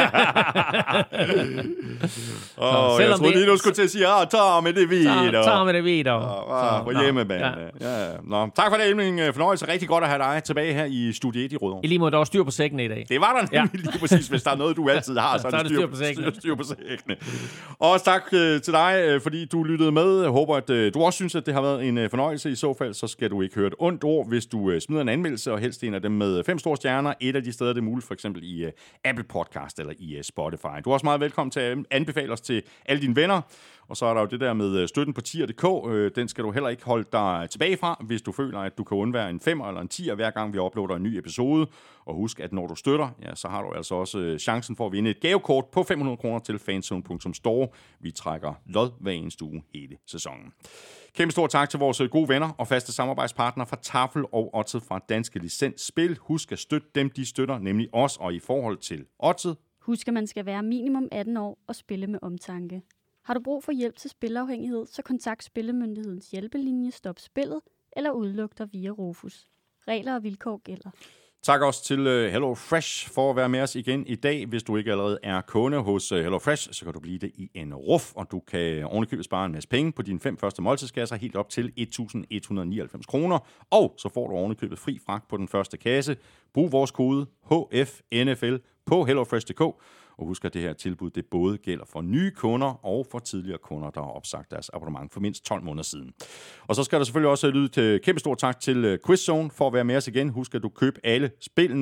oh, jeg troede lige, du skulle til at sige, ah, tag med det video. Tag med det video. Oh, på hjemmebane. Ja. Ja. Nå, tak for det, Elming. Fornøjelse. Rigtig godt at have dig tilbage her i Studie et i Rødovre. I lige måde, der var styr på sækkene i dag. Det var der nemlig ja. lige præcis. Hvis der er noget, du altid har, så er det styr, styr på sækkene. Styr, styr på sækkene. Og også tak øh, til dig, øh, fordi du lyttede med. Jeg håber, at øh, du også synes, at det har været en øh, fornøjelse. I så fald, så skal du ikke høre et ondt ord, hvis du øh, smider en anmeldelse, og helst en af dem med fem store stjerner. Et af de steder, det er muligt, for eksempel i øh, Apple Podcast eller i uh, Spotify. Du er også meget velkommen til at anbefale os til alle dine venner. Og så er der jo det der med støtten på tier punktum d k. Den skal du heller ikke holde dig tilbage fra, hvis du føler, at du kan undvære en femmer eller en tier, hver gang vi uploader en ny episode. Og husk, at når du støtter, ja, så har du altså også chancen for at vinde et gavekort på fem hundrede kroner til fanzone punktum store. Vi trækker lod hver eneste uge hele sæsonen. Kæmpe stor tak til vores gode venner og faste samarbejdspartnere fra Tafel og Oddset fra Danske Licens Spil. Husk at støtte dem, de støtter, nemlig os, og i forhold til Oddset. Husk, at man skal være minimum atten år og spille med omtanke. Har du brug for hjælp til spilafhængighed, så kontakt Spillemyndighedens hjælpelinje Stop Spillet eller udluk dig via Rufus. Regler og vilkår gælder. Tak også til uh, HelloFresh for at være med os igen i dag. Hvis du ikke allerede er kunde hos uh, HelloFresh, så kan du blive det i en ruf, og du kan ovenikøbet spare en masse penge på dine fem første måltidskasser, helt op til et tusind et hundrede nioghalvfems kroner. Og så får du ovenikøbet fri fragt på den første kasse. Brug vores kode H F N F L på hellofresh punktum d k. Og husk, at det her tilbud det både gælder for nye kunder og for tidligere kunder, der har opsagt deres abonnement for mindst tolv måneder siden. Og så skal der selvfølgelig også lyde til kæmpe stor tak til QuizZone for at være med os igen. Husk, at du køber alle spillene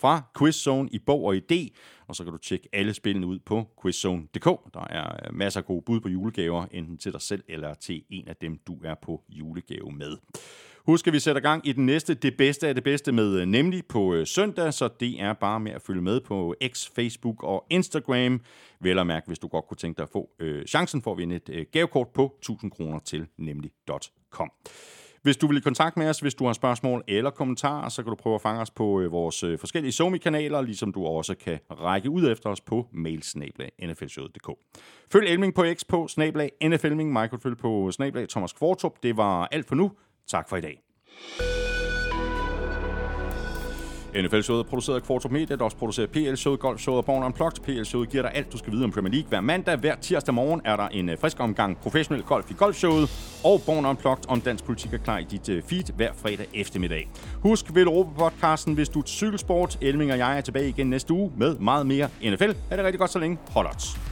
fra QuizZone i bog og idé, og så kan du tjekke alle spillene ud på quizzone punktum d k. Der er masser af gode bud på julegaver, enten til dig selv eller til en af dem, du er på julegave med. Husk, at vi sætter gang i den næste Det Bedste af det Bedste med nemlig på søndag, så det er bare med at følge med på X, Facebook og Instagram. Vel at mærke, hvis du godt kunne tænke dig at få øh, chancen for at vinde et øh, gavekort på tusind kroner til nemlig punktum com. Hvis du vil i kontakt med os, hvis du har spørgsmål eller kommentarer, så kan du prøve at fange os på øh, vores øh, forskellige SoMe-kanaler, ligesom du også kan række ud efter os på mail snabel-a n f l showet punktum d k. Følg Elming på X på snabel-a N F Elming, Michael følg på snabel-a Thomas Kvartrup. Det var alt for nu. Tak for i dag. N F L-showet er produceret af Kvartrup Media, der også producerer P L-showet, Golf-showet og Born Unplugged. P L-showet giver dig alt, du skal vide om Premier League hver mandag. Hver tirsdag morgen er der en frisk omgang professionel golf i Golf-showet, og Born Unplugged om dansk politik er klar i dit feed hver fredag eftermiddag. Husk Vel Europa-podcasten, hvis du er til cykelsport. Elming og jeg er tilbage igen næste uge med meget mere N F L. Er det rigtig godt så længe? Hold odds.